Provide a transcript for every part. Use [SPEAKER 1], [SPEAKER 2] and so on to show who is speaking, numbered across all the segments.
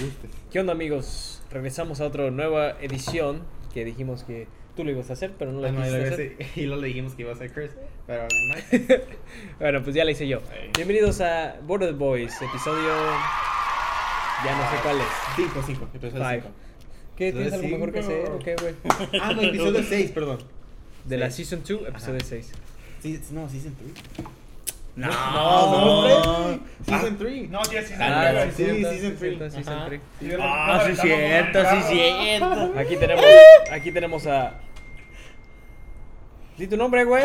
[SPEAKER 1] gustes.
[SPEAKER 2] ¿Qué onda, amigos? Regresamos a otra nueva edición que dijimos que tú lo ibas a hacer, pero no lo quisiste hacer.
[SPEAKER 1] Y luego le dijimos que iba a ser Chris, pero no.
[SPEAKER 2] Bueno, pues ya la hice yo.
[SPEAKER 1] Ahí.
[SPEAKER 2] Bienvenidos a Border Boys, episodio... Ya no sé cuál es.
[SPEAKER 1] 5, episodio
[SPEAKER 2] Five.
[SPEAKER 1] 5.
[SPEAKER 2] ¿Qué? ¿Tienes algo mejor que hacer o qué, güey?
[SPEAKER 1] Ah, no, episodio 6, perdón.
[SPEAKER 2] De la Season 2, episodio 6.
[SPEAKER 1] Sí, no, Season 3.
[SPEAKER 2] No.
[SPEAKER 1] Season 3.
[SPEAKER 3] No, ya sí,
[SPEAKER 2] Ah,
[SPEAKER 1] sí,
[SPEAKER 2] sí,
[SPEAKER 1] Season 3.
[SPEAKER 2] Season
[SPEAKER 1] Ajá.
[SPEAKER 2] 3.
[SPEAKER 3] sí, cierto.
[SPEAKER 2] Aquí tenemos a... Di tu nombre, güey.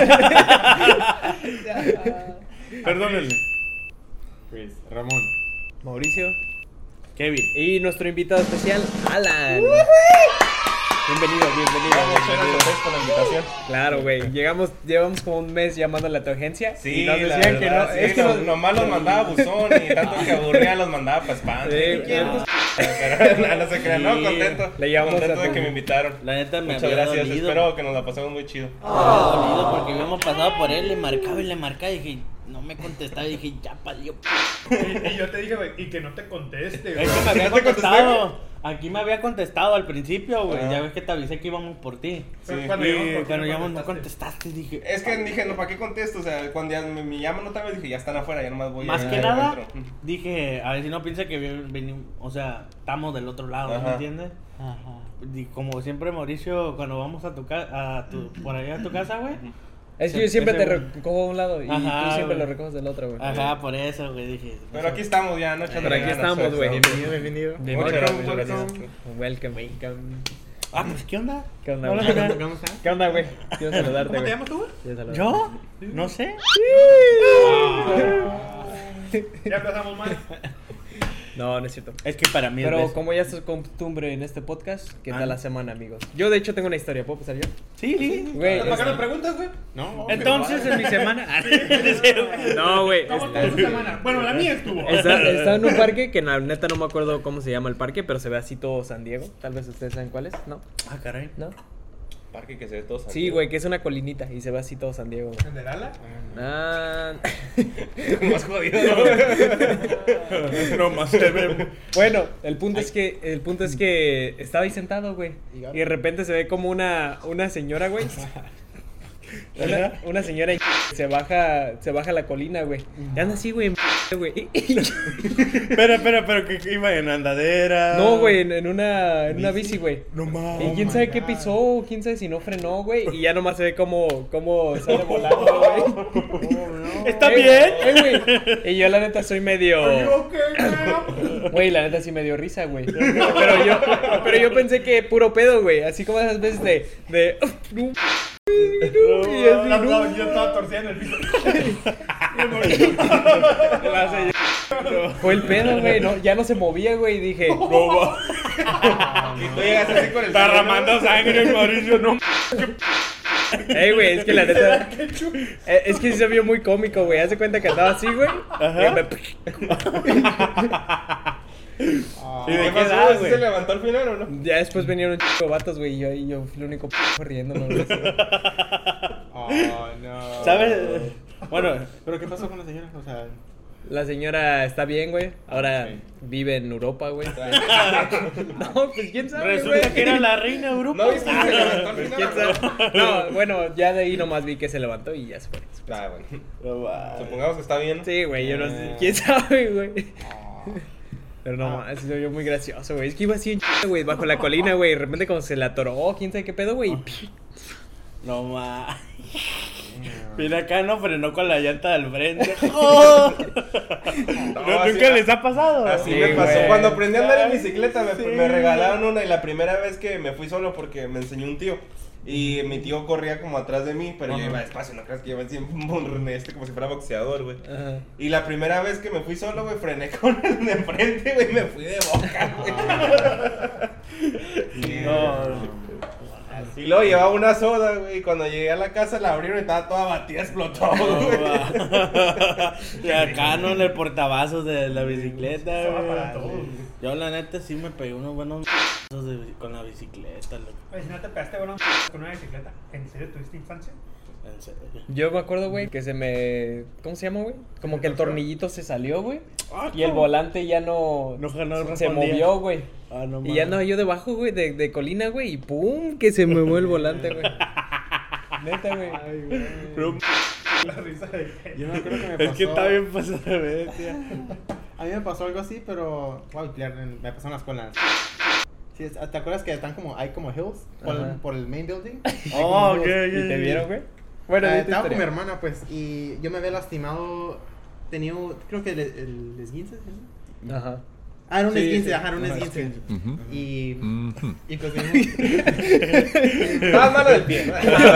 [SPEAKER 1] Perdónenme. Chris, Ramón.
[SPEAKER 2] Mauricio.
[SPEAKER 4] Kevin.
[SPEAKER 2] Y nuestro invitado especial, Alan. Bienvenido.
[SPEAKER 1] Muchas gracias por la invitación.
[SPEAKER 2] Claro, güey. Llevamos como un mes llamándole a tu agencia.
[SPEAKER 1] Sí,
[SPEAKER 2] y nos
[SPEAKER 1] la
[SPEAKER 2] decían
[SPEAKER 1] verdad,
[SPEAKER 2] que no.
[SPEAKER 1] sí,
[SPEAKER 2] Es que nos...
[SPEAKER 1] nomás los mandaba buzón y tanto que aburría los mandaba para spam.
[SPEAKER 2] Sí,
[SPEAKER 1] Pero no se crean, no,
[SPEAKER 2] Sí.
[SPEAKER 1] contento.
[SPEAKER 2] Le llevamos
[SPEAKER 1] Contento
[SPEAKER 2] a
[SPEAKER 1] de
[SPEAKER 2] tu-
[SPEAKER 1] que me invitaron.
[SPEAKER 4] La neta me
[SPEAKER 1] Muchas
[SPEAKER 4] había
[SPEAKER 1] gracias,
[SPEAKER 4] dolido.
[SPEAKER 1] espero que nos la pasemos muy chido.
[SPEAKER 4] Me había dolido porque habíamos pasado por él, le marcaba y dije, no me contestaba y dije, ya palió.
[SPEAKER 3] Y yo te dije, güey, y que no te conteste, güey.
[SPEAKER 4] Es que me había
[SPEAKER 1] ¿No te
[SPEAKER 4] contestado. Aquí me había contestado al principio, güey.
[SPEAKER 1] Ah.
[SPEAKER 4] Ya ves que te avisé que íbamos por ti.
[SPEAKER 1] Sí.
[SPEAKER 3] Cuando
[SPEAKER 4] Y
[SPEAKER 3] llegamos por ti,
[SPEAKER 4] cuando
[SPEAKER 3] no
[SPEAKER 4] llamamos no
[SPEAKER 3] contestaste.
[SPEAKER 4] contestaste, dije.
[SPEAKER 1] Es que dije, no, ¿para qué contesto? O sea, cuando ya me llaman otra vez, dije, ya están afuera, ya nomás voy
[SPEAKER 4] Más
[SPEAKER 1] a
[SPEAKER 4] que
[SPEAKER 1] ir
[SPEAKER 4] nada,
[SPEAKER 1] adentro.
[SPEAKER 4] dije, a ver si no piensa que venimos, o sea, estamos del otro lado,
[SPEAKER 1] Ajá.
[SPEAKER 4] ¿me entiendes? Y como siempre, Mauricio, cuando vamos a por allá a tu casa, güey.
[SPEAKER 2] Es que yo siempre te
[SPEAKER 4] Ese-
[SPEAKER 2] recojo de un lado y
[SPEAKER 4] Ajá,
[SPEAKER 2] tú siempre
[SPEAKER 4] güey.
[SPEAKER 2] lo recoges del otro, güey.
[SPEAKER 4] Ajá, por eso, güey, dije.
[SPEAKER 1] Pero aquí estamos ya, ¿no? Echándole
[SPEAKER 2] Pero aquí
[SPEAKER 1] ganas,
[SPEAKER 2] estamos, güey.
[SPEAKER 1] Bienvenido.
[SPEAKER 2] Bienvenido.
[SPEAKER 1] Muchas gracias.
[SPEAKER 2] Welcome.
[SPEAKER 4] Ah, pues, ¿qué onda?
[SPEAKER 2] ¿Qué onda,
[SPEAKER 4] Hola,
[SPEAKER 2] güey?
[SPEAKER 4] ¿qué
[SPEAKER 2] ¿Qué onda, güey? Quiero saludarte,
[SPEAKER 3] ¿Cómo te
[SPEAKER 2] güey.
[SPEAKER 3] llamas tú, güey?
[SPEAKER 2] Quiero saludarte.
[SPEAKER 4] ¿Yo? No sé.
[SPEAKER 3] Ya empezamos mal.
[SPEAKER 2] No, no es cierto.
[SPEAKER 4] Es que para mí es
[SPEAKER 2] Pero
[SPEAKER 4] beso.
[SPEAKER 2] como ya es costumbre en este podcast, ¿qué
[SPEAKER 4] Ah.
[SPEAKER 2] tal la semana, amigos? Yo, de hecho, tengo una historia. ¿Puedo pasar yo?
[SPEAKER 4] Sí, sí.
[SPEAKER 2] Güey,
[SPEAKER 3] ¿Para qué nos preguntas, güey?
[SPEAKER 1] No,
[SPEAKER 4] Entonces, en mi semana.
[SPEAKER 2] no, güey.
[SPEAKER 3] ¿Cómo estuvo tu semana? Bueno, la mía estuvo.
[SPEAKER 2] Está en un parque que la neta no me acuerdo cómo se llama el parque, pero se ve así todo San Diego. Tal vez ustedes saben cuál es, ¿no?
[SPEAKER 4] Ah, caray.
[SPEAKER 2] ¿No?
[SPEAKER 1] Parque que se ve todo
[SPEAKER 2] Sí,
[SPEAKER 1] salido.
[SPEAKER 2] güey, que es una colinita y se ve así todo San Diego.
[SPEAKER 3] ¿En el ala?
[SPEAKER 2] Ah,
[SPEAKER 1] Más jodido.
[SPEAKER 4] No más te vemos.
[SPEAKER 2] bueno, el punto es que estaba ahí sentado, güey, y de repente se ve como una señora, güey. Una señora se baja la colina, güey. Y anda así, güey, güey.
[SPEAKER 4] Pero que iba en andadera.
[SPEAKER 2] No, güey, en una bici, güey.
[SPEAKER 4] No mames.
[SPEAKER 2] Y quién sabe qué pisó, quién sabe si no frenó, güey. Y ya nomás se ve cómo sale volando, güey.
[SPEAKER 4] ¿Está bien?
[SPEAKER 2] Güey. Y yo la neta soy medio... Güey, la neta sí me dio risa, güey. Pero yo pensé que puro pedo, güey. Así como esas veces de y así, no.
[SPEAKER 3] Yo estaba torciendo el piso.
[SPEAKER 2] Fue el pedo, güey. No, ya no se movía, güey. Y dije,
[SPEAKER 1] Y tú llegas así con el
[SPEAKER 4] Derramando sangre, Mauricio, no.
[SPEAKER 2] güey, es que la neta. Es que sí se vio muy cómico, güey. Haz de cuenta que andaba así, güey.
[SPEAKER 4] ¿Y de
[SPEAKER 1] ¿Qué
[SPEAKER 4] qué
[SPEAKER 1] pasó?
[SPEAKER 4] edad,
[SPEAKER 1] ¿Sí
[SPEAKER 4] güey?
[SPEAKER 1] se levantó al final o no?
[SPEAKER 2] Ya después vinieron un chico de vatos, güey. Y yo fui el único riéndome, güey.
[SPEAKER 1] Oh, no.
[SPEAKER 4] ¿Sabes? Bueno,
[SPEAKER 1] ¿Pero qué pasó con la señora? O sea,
[SPEAKER 2] La señora está bien, güey. Ahora
[SPEAKER 1] Sí.
[SPEAKER 2] vive en Europa, güey. No, pues quién sabe,
[SPEAKER 4] resulta
[SPEAKER 2] güey.
[SPEAKER 4] que era la reina de Europa.
[SPEAKER 1] ¿no viste que se levantó al
[SPEAKER 2] Pues,
[SPEAKER 1] final?
[SPEAKER 2] quién sabe. No, bueno, ya de ahí nomás vi que se levantó y ya se fue.
[SPEAKER 1] Ah, bueno.
[SPEAKER 4] No mames.
[SPEAKER 1] Supongamos que está bien.
[SPEAKER 2] Sí, güey, yo no sé. ¿Quién sabe, güey? Pero no, así se vio muy gracioso, güey. Es que iba así en ch***, güey, bajo la colina, güey. De repente como se la atoró, quién sabe qué pedo, güey.
[SPEAKER 4] No mames. Mira acá no frenó con la llanta del frente. ¡Oh!
[SPEAKER 1] así-
[SPEAKER 4] ¿Nunca les ha pasado?
[SPEAKER 1] Así
[SPEAKER 2] Sí,
[SPEAKER 1] me pasó.
[SPEAKER 2] güey.
[SPEAKER 1] Cuando aprendí a andar en bicicleta
[SPEAKER 4] Sí.
[SPEAKER 1] me regalaron una y la primera vez que me fui solo porque me enseñó un tío. Y mi tío corría como atrás de mí, pero yo iba despacio, no creas que iba siempre como si fuera boxeador, güey.
[SPEAKER 2] Ajá.
[SPEAKER 1] Y la primera vez que me fui solo, güey, frené con el de enfrente, güey, me fui de boca, güey.
[SPEAKER 4] No.
[SPEAKER 1] Y luego llevaba una soda, güey, y cuando llegué a la casa la abrieron y estaba toda batida, explotó, güey.
[SPEAKER 4] Y acá no en el portavasos de la bicicleta,
[SPEAKER 3] va para
[SPEAKER 4] güey.
[SPEAKER 3] todo.
[SPEAKER 4] Yo la neta sí me pegué unos buenos con la bicicleta, loco.
[SPEAKER 3] Oye, si no te pegaste, bueno, con una bicicleta, ¿en serio tuviste infancia?
[SPEAKER 4] En serio.
[SPEAKER 2] Yo me acuerdo, güey, que se me... ¿Cómo se llama, güey? Como que el tornillito se salió, güey.
[SPEAKER 4] Ah,
[SPEAKER 2] Y el
[SPEAKER 4] ¿cómo?
[SPEAKER 2] volante ya no...
[SPEAKER 4] No
[SPEAKER 2] se
[SPEAKER 4] respondía.
[SPEAKER 2] movió, güey.
[SPEAKER 4] Ah, no
[SPEAKER 2] Y
[SPEAKER 4] mames.
[SPEAKER 2] ya andaba yo debajo, güey, de colina, güey. Y pum, que se me mueve el volante, güey. Neta, güey.
[SPEAKER 5] Ay, güey.
[SPEAKER 4] Pero,
[SPEAKER 3] La risa de...
[SPEAKER 5] Yo me acuerdo que me pasó.
[SPEAKER 4] es que está bien pasado de bestia.
[SPEAKER 5] A mí me pasó algo así, pero. Wow, me pasó en la escuela. Sí, ¿te acuerdas que están como. Hay como hills
[SPEAKER 2] Ajá.
[SPEAKER 5] por el main building?
[SPEAKER 4] Oh, ok,
[SPEAKER 2] ¿Y te vieron, güey? Bueno, di tu
[SPEAKER 5] Estaba con mi
[SPEAKER 2] historia.
[SPEAKER 5] hermana, pues. Y yo me había lastimado. Tenía. Creo que el esguince. ¿Sí?
[SPEAKER 2] Ajá.
[SPEAKER 5] Ah, era un
[SPEAKER 2] Sí,
[SPEAKER 5] esguince,
[SPEAKER 2] sí.
[SPEAKER 5] ajá, era un
[SPEAKER 2] Ajá,
[SPEAKER 5] esguince.
[SPEAKER 6] Ujú.
[SPEAKER 5] Y.
[SPEAKER 6] Ujú.
[SPEAKER 5] Y pues.
[SPEAKER 1] Estabas malo del pie.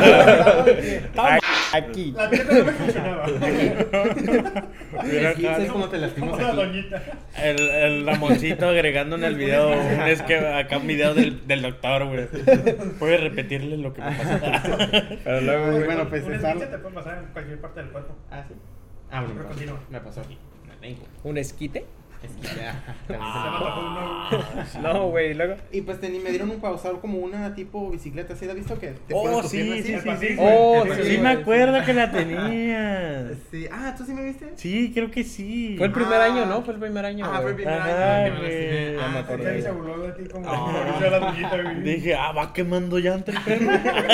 [SPEAKER 2] Aquí.
[SPEAKER 3] La pierna no me funcionaba.
[SPEAKER 4] Mira
[SPEAKER 5] esguince es
[SPEAKER 4] acá,
[SPEAKER 5] como te lastimas
[SPEAKER 3] Como la
[SPEAKER 5] aquí.
[SPEAKER 3] doñita.
[SPEAKER 4] el Ramoncito agregando en el video acá un video del doctor, güey. Puedes repetirle lo que me pasó.
[SPEAKER 2] Pero luego, güey.
[SPEAKER 5] Bueno, pues
[SPEAKER 3] Un
[SPEAKER 5] está-
[SPEAKER 3] esguince te puede pasar en cualquier parte del cuerpo.
[SPEAKER 5] Ah, sí. Ah, bueno,
[SPEAKER 3] Pero continúa.
[SPEAKER 5] me pasó aquí. En el ankle.
[SPEAKER 2] ¿Un esquite?
[SPEAKER 5] Esguince, ajá.
[SPEAKER 3] Se me tocó uno.
[SPEAKER 2] No, güey, luego.
[SPEAKER 5] Y pues me dieron un pausar como una tipo bicicleta, ¿sí la has visto? Que te
[SPEAKER 4] Oh,
[SPEAKER 5] pones tu
[SPEAKER 4] sí,
[SPEAKER 5] pierna
[SPEAKER 4] sí,
[SPEAKER 5] así.
[SPEAKER 4] sí,
[SPEAKER 3] así,
[SPEAKER 4] sí.
[SPEAKER 3] güey.
[SPEAKER 2] Oh,
[SPEAKER 3] Sí,
[SPEAKER 4] Sí,
[SPEAKER 2] sí,
[SPEAKER 4] me
[SPEAKER 2] güey.
[SPEAKER 4] acuerdo que la tenías.
[SPEAKER 5] Sí. Ah, ¿tú sí me viste?
[SPEAKER 4] Sí, creo que sí.
[SPEAKER 2] Fue el primer año, ¿no? Fue el primer año,
[SPEAKER 5] Ah, fue el
[SPEAKER 2] güey.
[SPEAKER 5] primer
[SPEAKER 4] Ajá,
[SPEAKER 5] año que me
[SPEAKER 4] güey.
[SPEAKER 5] lastimé.
[SPEAKER 2] Ya me
[SPEAKER 5] Ah,
[SPEAKER 2] acordé.
[SPEAKER 5] sí,
[SPEAKER 3] Él se
[SPEAKER 5] sí.
[SPEAKER 3] burló de ti como
[SPEAKER 5] Ah.
[SPEAKER 3] dice la doñita, güey.
[SPEAKER 4] Dije, va quemando llanta el perro.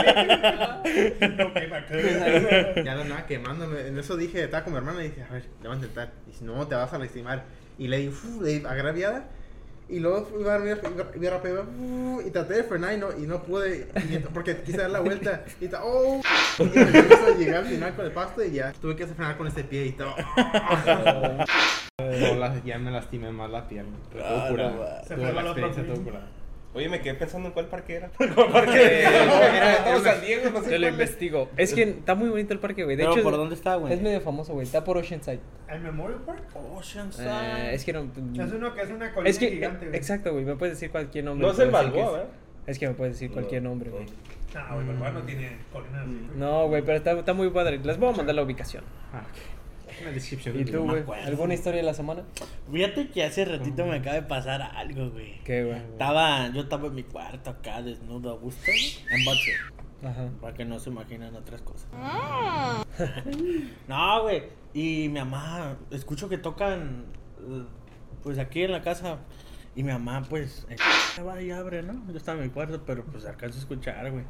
[SPEAKER 3] No quema, creo.
[SPEAKER 5] Ya lo andaba quemándome. En eso dije, estaba con mi hermana y dije, a ver, le voy a intentar. Y si no, te vas a lastimar. Y le di agraviada. Y luego fui a ver rápido. Y traté de frenar y no pude. Porque quise dar la vuelta. Y estaba, oh. Y me empezó a llegar al final con el pasto y ya tuve que frenar con este pie y todo. No, ya me lastimé más la pierna. Pero todo
[SPEAKER 4] Ah,
[SPEAKER 5] curado.
[SPEAKER 4] no, va.
[SPEAKER 3] Se
[SPEAKER 5] Tuve
[SPEAKER 3] fue
[SPEAKER 5] la
[SPEAKER 3] al otro
[SPEAKER 5] experiencia, todo
[SPEAKER 3] fin.
[SPEAKER 5] curado.
[SPEAKER 1] Oye, me quedé pensando en cuál parque era. ¿Cuál parque? Era todo San Diego, no sé
[SPEAKER 2] Te lo
[SPEAKER 1] cuál es.
[SPEAKER 2] investigo. Es que está muy bonito el parque, güey. De
[SPEAKER 4] Pero,
[SPEAKER 2] hecho,
[SPEAKER 4] ¿por dónde está, güey?
[SPEAKER 2] es medio famoso, güey. Está por Oceanside.
[SPEAKER 3] ¿El Memorial Park?
[SPEAKER 4] Oceanside.
[SPEAKER 2] Es que no.
[SPEAKER 3] Es uno que es una colina
[SPEAKER 2] Es que,
[SPEAKER 3] gigante, güey.
[SPEAKER 2] exacto, güey. Me puedes decir cualquier nombre.
[SPEAKER 1] No es el
[SPEAKER 2] puedo decir que
[SPEAKER 1] Balboa,
[SPEAKER 2] es-
[SPEAKER 1] ¿verdad?
[SPEAKER 2] Es que me puedes decir cualquier nombre, güey.
[SPEAKER 3] No, güey, Balboa no tiene colinas así, güey.
[SPEAKER 2] No, güey, pero está muy padre. Les voy a mandar la ubicación.
[SPEAKER 5] Ah, ok. En la descripción.
[SPEAKER 2] ¿Y tú,
[SPEAKER 4] me
[SPEAKER 2] güey?
[SPEAKER 4] acuerdo.
[SPEAKER 2] ¿Alguna historia de la semana?
[SPEAKER 4] Fíjate que hace ratito me acaba de pasar algo, güey.
[SPEAKER 2] ¿Qué, güey?
[SPEAKER 4] Yo estaba en mi cuarto acá, desnudo a gusto, en boxer.
[SPEAKER 2] Ajá.
[SPEAKER 4] Para que no se imaginen otras cosas. No, güey. Y mi mamá, escucho que tocan, pues aquí en la casa. Y mi mamá, pues, va y abre, ¿no? Yo estaba en mi cuarto, pero pues alcanzo a escuchar, güey.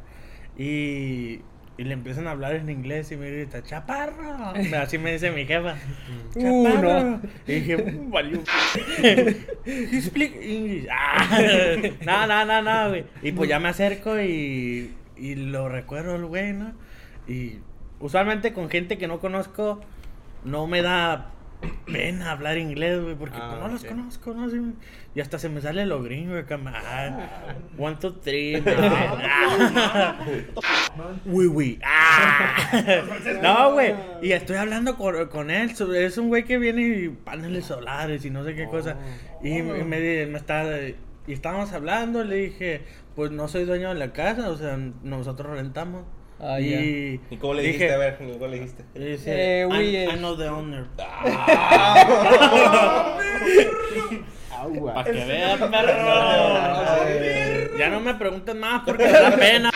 [SPEAKER 4] Y le empiezan a hablar en inglés y me grita, ¡Chaparro! Así me dice mi jefa. ¡Chaparro!
[SPEAKER 2] No.
[SPEAKER 4] Y dije, valió. You speak English. Ah. No, güey. Y pues ya me acerco y lo recuerdo el güey, ¿no? Y usualmente con gente que no conozco no me da pena hablar inglés, güey, porque pues, no los
[SPEAKER 5] ok.
[SPEAKER 4] conozco, ¿no? Así, y hasta se me sale lo gringo, güey, one, two, three. Uy. No, güey. Y estoy hablando con él. Es un güey que viene y paneles solares y no sé qué cosa. Y me está. Y estábamos hablando. Le dije, pues no soy dueño de la casa. O sea, nosotros rentamos.
[SPEAKER 2] Ah,
[SPEAKER 1] ¿Y cómo le dijiste? A ver, ¿cómo le dijiste?
[SPEAKER 4] Dice,
[SPEAKER 2] we,
[SPEAKER 4] I know the owner.
[SPEAKER 5] Agua.
[SPEAKER 4] Para que vean, perro. Ya no me pregunten más porque me da pena.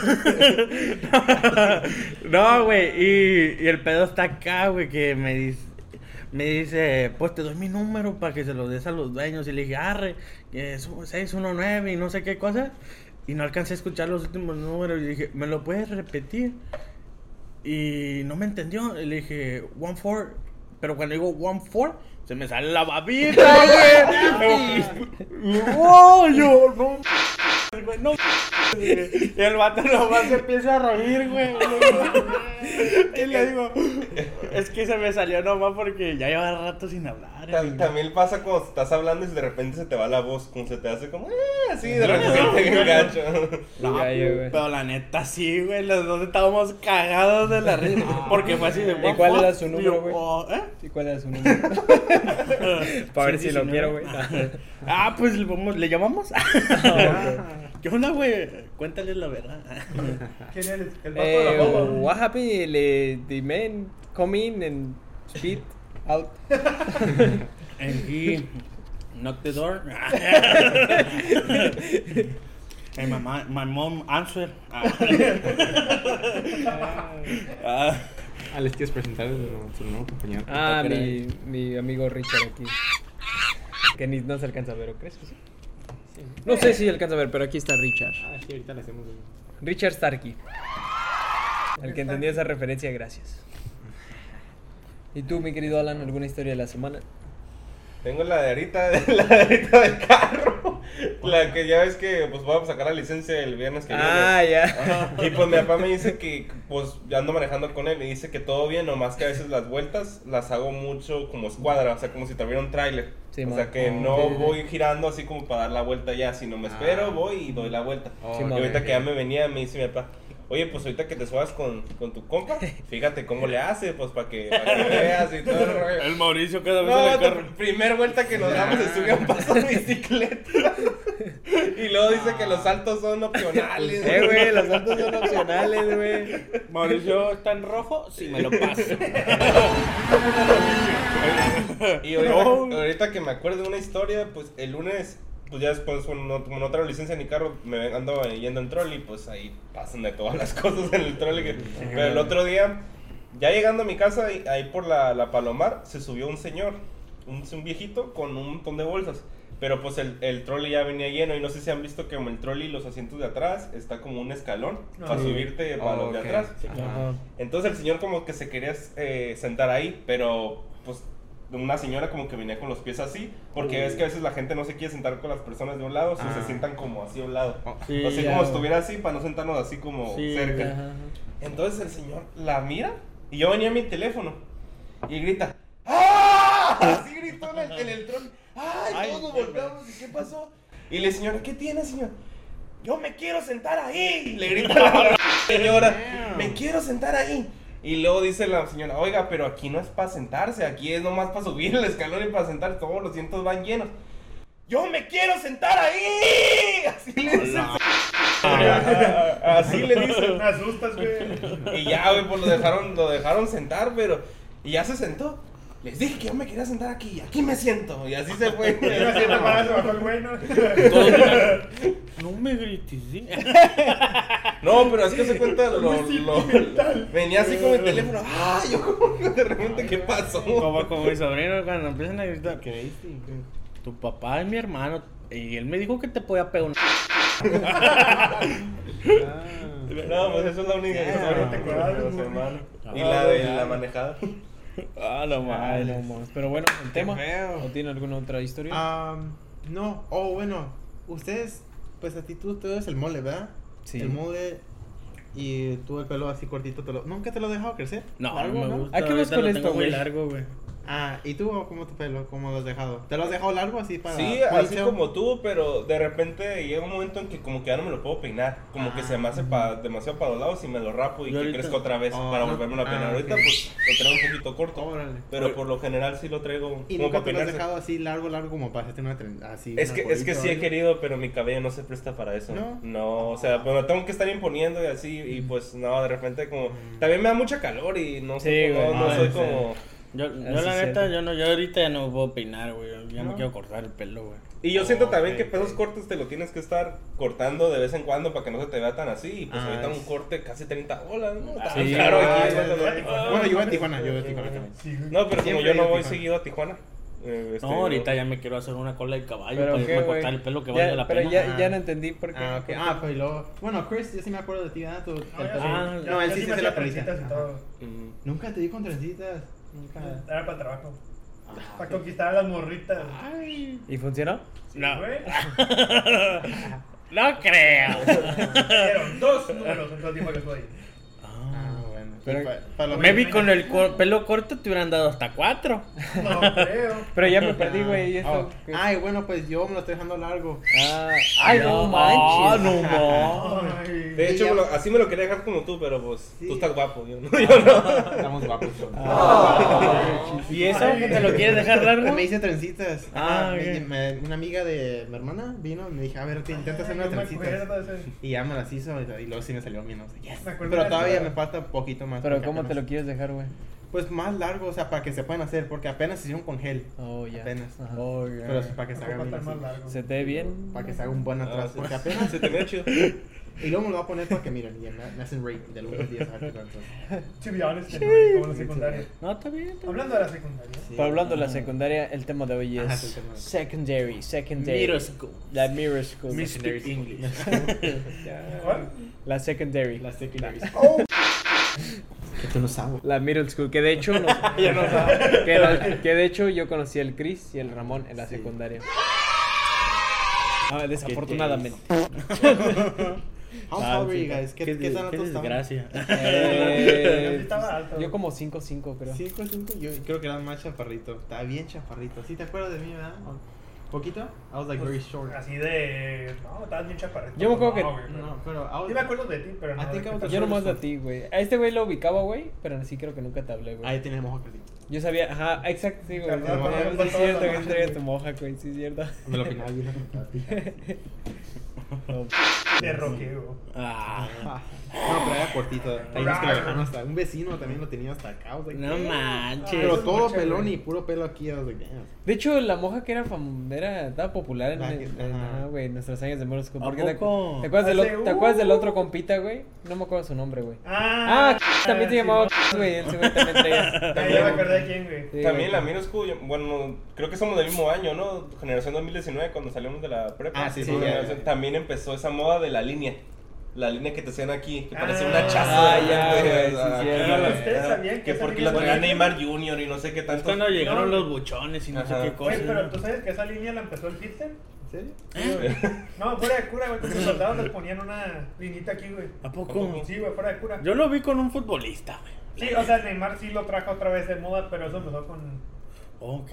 [SPEAKER 4] No, güey. Y el pedo está acá, güey, que me dice, pues te doy mi número para que se lo des a los dueños. Y le dije, arre, que es 619 y no sé qué cosa. Y no alcancé a escuchar los últimos números. Y dije, ¿me lo puedes repetir? Y no me entendió. Y le dije, 14. Pero cuando digo 14, se me sale la babita, güey. ¡Oh, yo! No, güey, no. Y el vato nomás se empieza a reír, güey. Y le digo, es que se me salió nomás porque ya lleva rato sin hablar.
[SPEAKER 1] También pasa cuando estás hablando y de repente se te va la voz, como se te hace como, así, de repente bien gacho.
[SPEAKER 4] No,
[SPEAKER 2] Gallo, güey.
[SPEAKER 4] pero la neta sí, güey, los dos estábamos cagados de la risa. Porque fue así de...
[SPEAKER 2] ¿Y cuál era su número,
[SPEAKER 4] Y yo,
[SPEAKER 2] güey?
[SPEAKER 4] oh, ¿eh?
[SPEAKER 2] ¿Y cuál era su número? Para ver si lo
[SPEAKER 4] 119.
[SPEAKER 2] quiero, güey.
[SPEAKER 4] Ah, pues ¿le llamamos? ¿Qué onda, güey? Cuéntales la verdad.
[SPEAKER 3] ¿Quién eres? El vato de la boba.
[SPEAKER 2] What happened? The man come in and spit out.
[SPEAKER 4] And he knocked the door. Hey, my mom answer.
[SPEAKER 5] Les quieres presentar su nuevo compañero.
[SPEAKER 2] Mi amigo Richard aquí. Que ni no se alcanza a ver, ¿o crees que sí? No sé si alcanza a ver, pero aquí está Richard.
[SPEAKER 5] Sí, ahorita le hacemos.
[SPEAKER 2] Richard Starkey. El que entendió esa referencia, gracias. ¿Y tú, mi querido Alan, alguna historia de la semana?
[SPEAKER 1] Tengo la de ahorita del carro. La que ya ves que pues vamos a sacar la licencia el viernes que viene.
[SPEAKER 2] Ya.
[SPEAKER 1] Y pues mi papá me dice que pues ya ando manejando con él y dice que todo bien, nomás que a veces las vueltas las hago mucho como escuadra, o sea, como si tuviera un tráiler.
[SPEAKER 2] Sí,
[SPEAKER 1] o sea, que no voy girando así como para dar la vuelta ya, sino me espero, voy y doy la vuelta.
[SPEAKER 2] Sí,
[SPEAKER 1] y ahorita que ya me venía, me dice mi papá, oye, pues ahorita que te subas con tu compa, fíjate cómo le hace, pues para que veas y todo el rollo.
[SPEAKER 4] El Mauricio cada vez
[SPEAKER 1] No,
[SPEAKER 4] en el carro.
[SPEAKER 1] primer vuelta que nos damos se sube a un paso de bicicleta. Y luego dice que los saltos son opcionales.
[SPEAKER 2] Güey, los saltos son opcionales, güey.
[SPEAKER 4] Mauricio está en rojo, sí me lo paso.
[SPEAKER 1] Y ahorita que me acuerdo de una historia, pues el lunes, pues ya después como no traigo licencia ni carro, me ando yendo en trolley, pues ahí pasan de todas las cosas en el trolley. Pero el otro día, ya llegando a mi casa, ahí por la Palomar, se subió un señor, un viejito con un montón de bolsas. Pero pues el trolley ya venía lleno y no sé si han visto que como el trolley, los asientos de atrás, está como un escalón para subirte para los de atrás.
[SPEAKER 5] Sí,
[SPEAKER 2] Ajá.
[SPEAKER 1] Entonces el señor como que se quería sentar ahí, pero pues una señora como que venía con los pies así, porque ves que a veces la gente no se quiere sentar con las personas de un lado, si se sientan como así a un lado.
[SPEAKER 4] Sí,
[SPEAKER 1] así
[SPEAKER 2] ya.
[SPEAKER 1] como estuviera así, para no sentarnos así como
[SPEAKER 4] Sí,
[SPEAKER 1] cerca.
[SPEAKER 2] Ajá.
[SPEAKER 1] Entonces el señor la mira y yo venía en mi teléfono y grita, ¡ah! Así gritó en el trono. ¡Ay! Todos nos volteamos, ¿y qué pasó? Y le señora, ¿qué tiene, señor? Yo me quiero sentar ahí. Le grita la señora, me quiero sentar ahí. Y luego dice la señora, oiga, pero aquí no es para sentarse, aquí es nomás para subir el escalón y para sentar, todos los asientos van llenos. ¡Yo me quiero sentar ahí! Así le dice. Así le dice.
[SPEAKER 3] Me asustas, güey.
[SPEAKER 1] Y ya, güey, pues lo dejaron sentar, pero... Y ya se sentó. Les dije que yo me quería sentar aquí, aquí me siento. Y así se fue.
[SPEAKER 3] Yo me siento para eso, bajó el güey, ¿no?
[SPEAKER 4] No me grites, ¿sí?
[SPEAKER 1] No, pero es que se cuenta venía así con el teléfono. ¡Ah! Yo como que de repente, ¿qué pasó?
[SPEAKER 4] Como mi sobrino cuando empiezan a gritar, ¿qué dices? Tu papá es mi hermano y él me dijo que te podía pegar una...
[SPEAKER 1] No, pues eso es la única historia
[SPEAKER 3] te
[SPEAKER 1] de
[SPEAKER 3] acuerdas,
[SPEAKER 1] los
[SPEAKER 3] güey.
[SPEAKER 1] hermanos. Y la de la manejada.
[SPEAKER 4] Ah, no
[SPEAKER 2] Ay,
[SPEAKER 4] mames.
[SPEAKER 2] no más. Pero bueno, el tema.
[SPEAKER 5] feo.
[SPEAKER 2] ¿O tiene alguna otra historia?
[SPEAKER 5] No, bueno, ustedes, pues a ti tú eres el mole, ¿verdad?
[SPEAKER 2] Sí.
[SPEAKER 5] El mole y tú el pelo así cortito, ¿nunca te lo has dejado crecer?
[SPEAKER 4] No,
[SPEAKER 5] ¿Largo,
[SPEAKER 4] no me gusta.
[SPEAKER 2] ¿A qué vas
[SPEAKER 4] ahorita
[SPEAKER 2] con
[SPEAKER 4] lo
[SPEAKER 2] esto,
[SPEAKER 4] tengo muy
[SPEAKER 2] güey?
[SPEAKER 4] largo, güey.
[SPEAKER 5] ¿Y tú cómo tu pelo? ¿Cómo lo has dejado? ¿Te lo has dejado largo así para
[SPEAKER 1] Sí, así
[SPEAKER 5] ponytail?
[SPEAKER 1] como tú, pero de repente llega un momento en que como que ya no me lo puedo peinar. Como que se me hace demasiado para los lados y me lo rapo y
[SPEAKER 4] Yo
[SPEAKER 1] que
[SPEAKER 4] ahorita-
[SPEAKER 1] crezca otra vez para
[SPEAKER 5] no.
[SPEAKER 1] volverme a peinar. Ahorita
[SPEAKER 5] Ok.
[SPEAKER 1] pues lo traigo un poquito corto.
[SPEAKER 5] Órale.
[SPEAKER 1] Pero por lo general sí lo traigo
[SPEAKER 5] ¿Y
[SPEAKER 1] como
[SPEAKER 5] nunca
[SPEAKER 1] para
[SPEAKER 5] te lo has
[SPEAKER 1] peinarse.
[SPEAKER 5] dejado así largo como para hacerte una trenza? Así,
[SPEAKER 1] Es
[SPEAKER 5] una
[SPEAKER 1] que sí
[SPEAKER 5] colita
[SPEAKER 1] he
[SPEAKER 5] o
[SPEAKER 1] querido, pero mi cabello no se presta para eso.
[SPEAKER 5] ¿No?
[SPEAKER 1] No, o sea, pues me tengo que estar imponiendo y así, y pues no, de repente como... También me da mucha calor y no sé,
[SPEAKER 2] Sí,
[SPEAKER 1] cómo-
[SPEAKER 2] güey,
[SPEAKER 1] no
[SPEAKER 2] no,
[SPEAKER 1] soy
[SPEAKER 2] sí.
[SPEAKER 1] como...
[SPEAKER 4] Yo
[SPEAKER 2] Así
[SPEAKER 4] la
[SPEAKER 2] es
[SPEAKER 4] neta,
[SPEAKER 2] cierto.
[SPEAKER 4] yo ahorita ya no me puedo peinar, güey. Ya
[SPEAKER 5] ¿No?
[SPEAKER 4] me quiero cortar el pelo, güey.
[SPEAKER 1] Y yo siento también
[SPEAKER 5] Ok,
[SPEAKER 1] que pesos
[SPEAKER 5] ok.
[SPEAKER 1] cortos te lo tienes que estar cortando de vez en cuando para que no se te vea tan así. Y pues ahorita
[SPEAKER 5] es-
[SPEAKER 1] un corte casi $30, ¿no? Está
[SPEAKER 2] Sí,
[SPEAKER 1] caro
[SPEAKER 2] ah,
[SPEAKER 1] aquí.
[SPEAKER 3] ya,
[SPEAKER 1] ¿no?
[SPEAKER 3] ya, ya.
[SPEAKER 5] Bueno, yo voy a Tijuana, también.
[SPEAKER 3] Sí, güey.
[SPEAKER 1] No, pero como
[SPEAKER 5] Siempre
[SPEAKER 1] yo no
[SPEAKER 5] he ido a
[SPEAKER 1] voy
[SPEAKER 5] Tijuana.
[SPEAKER 1] seguido a Tijuana.
[SPEAKER 4] No, ahorita ya me quiero hacer una cola de caballo
[SPEAKER 2] ¿Pero
[SPEAKER 4] para
[SPEAKER 2] qué,
[SPEAKER 4] irme a
[SPEAKER 2] güey?
[SPEAKER 4] cortar el pelo que
[SPEAKER 2] Ya,
[SPEAKER 4] vale la
[SPEAKER 2] pero
[SPEAKER 4] pena.
[SPEAKER 2] ya no entendí por qué.
[SPEAKER 5] Ok. Pues y luego... Bueno, Chris, yo sí me acuerdo de ti, ¿verdad?
[SPEAKER 3] No,
[SPEAKER 4] Ah,
[SPEAKER 5] No, él sí se
[SPEAKER 3] me
[SPEAKER 5] hace la
[SPEAKER 3] hacía trencitas
[SPEAKER 5] trencita.
[SPEAKER 3] y todo.
[SPEAKER 1] Mm.
[SPEAKER 5] Nunca te di con trencitas. Nunca.
[SPEAKER 3] Era para trabajo. Para conquistar a las morritas.
[SPEAKER 2] ¿Y funcionó?
[SPEAKER 3] Sí,
[SPEAKER 4] No.
[SPEAKER 3] güey.
[SPEAKER 4] No creo.
[SPEAKER 3] Dieron 2 números en todo el tiempo que estuve ahí.
[SPEAKER 5] Bueno.
[SPEAKER 2] Pero-
[SPEAKER 5] Para lo
[SPEAKER 4] Maybe con el pelo corto te hubieran dado hasta 4.
[SPEAKER 3] No creo.
[SPEAKER 2] Pero ya me perdí, güey. ¿Y esto? qué?
[SPEAKER 5] Ay, bueno, pues yo me lo estoy dejando largo.
[SPEAKER 2] Ay, no
[SPEAKER 4] Ah,
[SPEAKER 2] manches.
[SPEAKER 4] no mames.
[SPEAKER 3] Ay.
[SPEAKER 1] De hecho,
[SPEAKER 5] ya-
[SPEAKER 1] así me lo quería dejar como tú, pero pues
[SPEAKER 5] Sí.
[SPEAKER 1] tú estás guapo. Yo no. Yo no.
[SPEAKER 5] Estamos guapos.
[SPEAKER 4] ¿Y eso que te lo quieres dejar largo?
[SPEAKER 5] Me hice trencitas.
[SPEAKER 4] Ah,
[SPEAKER 5] Una amiga de mi hermana vino y me dijo, a ver, intenta hacer unas
[SPEAKER 3] No me
[SPEAKER 5] trencitas.
[SPEAKER 3] acuerdo de ese.
[SPEAKER 5] Y ya me las hizo y luego sí me salió bien. No sé, yes.
[SPEAKER 3] Me acuerdo
[SPEAKER 5] Pero
[SPEAKER 3] de
[SPEAKER 5] todavía
[SPEAKER 3] eso.
[SPEAKER 5] me falta poquito más.
[SPEAKER 2] Pero
[SPEAKER 5] porque
[SPEAKER 2] ¿cómo te
[SPEAKER 5] apenas-
[SPEAKER 2] lo quieres dejar, güey?
[SPEAKER 5] Pues más largo, o sea, para que se puedan hacer, porque apenas se hicieron con gel.
[SPEAKER 2] Oh, ya.
[SPEAKER 5] Apenas.
[SPEAKER 2] Ajá.
[SPEAKER 4] Oh, ya.
[SPEAKER 5] Pero para que se haga
[SPEAKER 3] Va a
[SPEAKER 5] bien
[SPEAKER 3] estar más
[SPEAKER 5] así.
[SPEAKER 3] largo.
[SPEAKER 2] ¿Se te ve bien?
[SPEAKER 5] Para que se haga un buen atrás,
[SPEAKER 1] sí.
[SPEAKER 5] porque apenas
[SPEAKER 1] Se te ve chido.
[SPEAKER 5] Y luego me lo voy a poner para que miren, y me hacen rate del 1 al 10. A ver qué tanto.
[SPEAKER 3] To be honest, no, como la secundaria.
[SPEAKER 4] No, está bien. Está bien.
[SPEAKER 3] Hablando de la secundaria.
[SPEAKER 5] Sí.
[SPEAKER 2] Pero hablando de la secundaria, el tema de hoy
[SPEAKER 5] Ajá,
[SPEAKER 2] es
[SPEAKER 5] es el tema.
[SPEAKER 2] secondary.
[SPEAKER 4] Middle school.
[SPEAKER 2] La middle school.
[SPEAKER 4] Mystic English.
[SPEAKER 3] ¿Cuál?
[SPEAKER 2] La secondary.
[SPEAKER 5] La secondary.
[SPEAKER 3] Oh,
[SPEAKER 5] Que tú no sabes.
[SPEAKER 2] La middle school, que de hecho
[SPEAKER 3] ya no sabes.
[SPEAKER 2] que de hecho yo conocí al Chris y el Ramón en la
[SPEAKER 5] Sí.
[SPEAKER 2] secundaria. Ah, desafortunadamente.
[SPEAKER 5] How tall were you guys? ¿Qué tan
[SPEAKER 4] Qué
[SPEAKER 5] altos estaban?
[SPEAKER 4] desgracia.
[SPEAKER 3] Yo sí estaba alto.
[SPEAKER 2] Yo como 5'5", creo.
[SPEAKER 5] 5, 5, yo creo que era más chaparrito. Estaba bien chaparrito. ¿Sí te acuerdas de mí, verdad? ¿Poquito? I was like very short.
[SPEAKER 3] Así de. No, estabas bien chaparrito.
[SPEAKER 2] Yo me acuerdo que-
[SPEAKER 3] No, güey, pero-
[SPEAKER 5] No, pero I was...
[SPEAKER 3] Sí me acuerdo de ti, pero no.
[SPEAKER 5] I think
[SPEAKER 3] de
[SPEAKER 5] I was
[SPEAKER 3] qué
[SPEAKER 5] the
[SPEAKER 2] Yo
[SPEAKER 3] tal.
[SPEAKER 2] nomás de ti, güey. A este güey lo ubicaba, güey, pero sí creo que nunca te hablé, güey.
[SPEAKER 5] Ahí tenía mojo casi.
[SPEAKER 2] Yo sabía, ajá, exacto, sí, güey.
[SPEAKER 3] Carnal,
[SPEAKER 5] por
[SPEAKER 2] Sí,
[SPEAKER 3] ejemplo,
[SPEAKER 2] es cierto
[SPEAKER 3] todas
[SPEAKER 2] que
[SPEAKER 3] las
[SPEAKER 2] traías
[SPEAKER 3] noches,
[SPEAKER 2] tu moja, güey, sí es cierto.
[SPEAKER 5] Me lo opinaba bien.
[SPEAKER 3] De roqueo.
[SPEAKER 4] Ah,
[SPEAKER 5] No, pero era cortito. Hay unos que lo dejaron hasta. Un vecino también lo tenía hasta acá. I was like,
[SPEAKER 4] no
[SPEAKER 5] "Damn".
[SPEAKER 4] manches.
[SPEAKER 5] Pero
[SPEAKER 3] eso es
[SPEAKER 5] todo
[SPEAKER 3] mucho,
[SPEAKER 5] pelón
[SPEAKER 3] güey.
[SPEAKER 5] y puro pelo aquí. I was like, damn.
[SPEAKER 2] De hecho, la moja que estaba popular en,
[SPEAKER 5] La
[SPEAKER 2] el-
[SPEAKER 5] que-
[SPEAKER 2] en-
[SPEAKER 5] ajá.
[SPEAKER 2] ajá, güey, en nuestros años de middle school.
[SPEAKER 4] ¿A
[SPEAKER 2] Porque
[SPEAKER 4] poco?
[SPEAKER 2] ¿te acuerdas,
[SPEAKER 3] Hace-
[SPEAKER 2] ¿te acuerdas del otro compita, güey? No me acuerdo su nombre, güey.
[SPEAKER 3] Ah,
[SPEAKER 2] También se
[SPEAKER 3] sí,
[SPEAKER 2] llamaba
[SPEAKER 3] no.
[SPEAKER 2] güey, ese güey también traía.
[SPEAKER 3] Ya me acordé de quién, güey.
[SPEAKER 2] Sí,
[SPEAKER 1] También
[SPEAKER 2] güey.
[SPEAKER 1] la middle school, bueno, creo que somos del mismo año, ¿no? Generación 2019, cuando salimos de la prepa.
[SPEAKER 5] Ah, sí,
[SPEAKER 2] sí,
[SPEAKER 1] Generación-
[SPEAKER 5] ya.
[SPEAKER 1] También empezó esa moda de la línea. La línea que te hacían aquí, que parecía una
[SPEAKER 3] Ah,
[SPEAKER 1] chaza.
[SPEAKER 2] ya,
[SPEAKER 1] de
[SPEAKER 2] güey,
[SPEAKER 1] repente,
[SPEAKER 2] sí,
[SPEAKER 1] ah,
[SPEAKER 2] cierto.
[SPEAKER 1] que-
[SPEAKER 3] Pero ustedes sabían que
[SPEAKER 1] que
[SPEAKER 3] esa
[SPEAKER 1] porque
[SPEAKER 3] línea
[SPEAKER 1] la traía
[SPEAKER 3] es bonita.
[SPEAKER 1] Neymar Jr. y no sé qué
[SPEAKER 4] Es
[SPEAKER 1] tanto.
[SPEAKER 4] cuando llegaron
[SPEAKER 3] No.
[SPEAKER 4] los buchones y no sé
[SPEAKER 1] Ajá.
[SPEAKER 4] qué
[SPEAKER 3] Güey,
[SPEAKER 4] cosas.
[SPEAKER 3] pero
[SPEAKER 4] ¿no?
[SPEAKER 3] tú sabes que esa línea la empezó el Hitler.
[SPEAKER 5] ¿En serio?
[SPEAKER 3] No, fuera de cura, güey. Con sus soldados les ponían una linita aquí, güey.
[SPEAKER 4] ¿A poco?
[SPEAKER 3] Sí, güey, fuera de cura.
[SPEAKER 4] Yo lo vi con un futbolista, güey.
[SPEAKER 3] Sí, o sea, Neymar sí lo trajo otra vez de moda, pero eso empezó con.
[SPEAKER 4] Ok.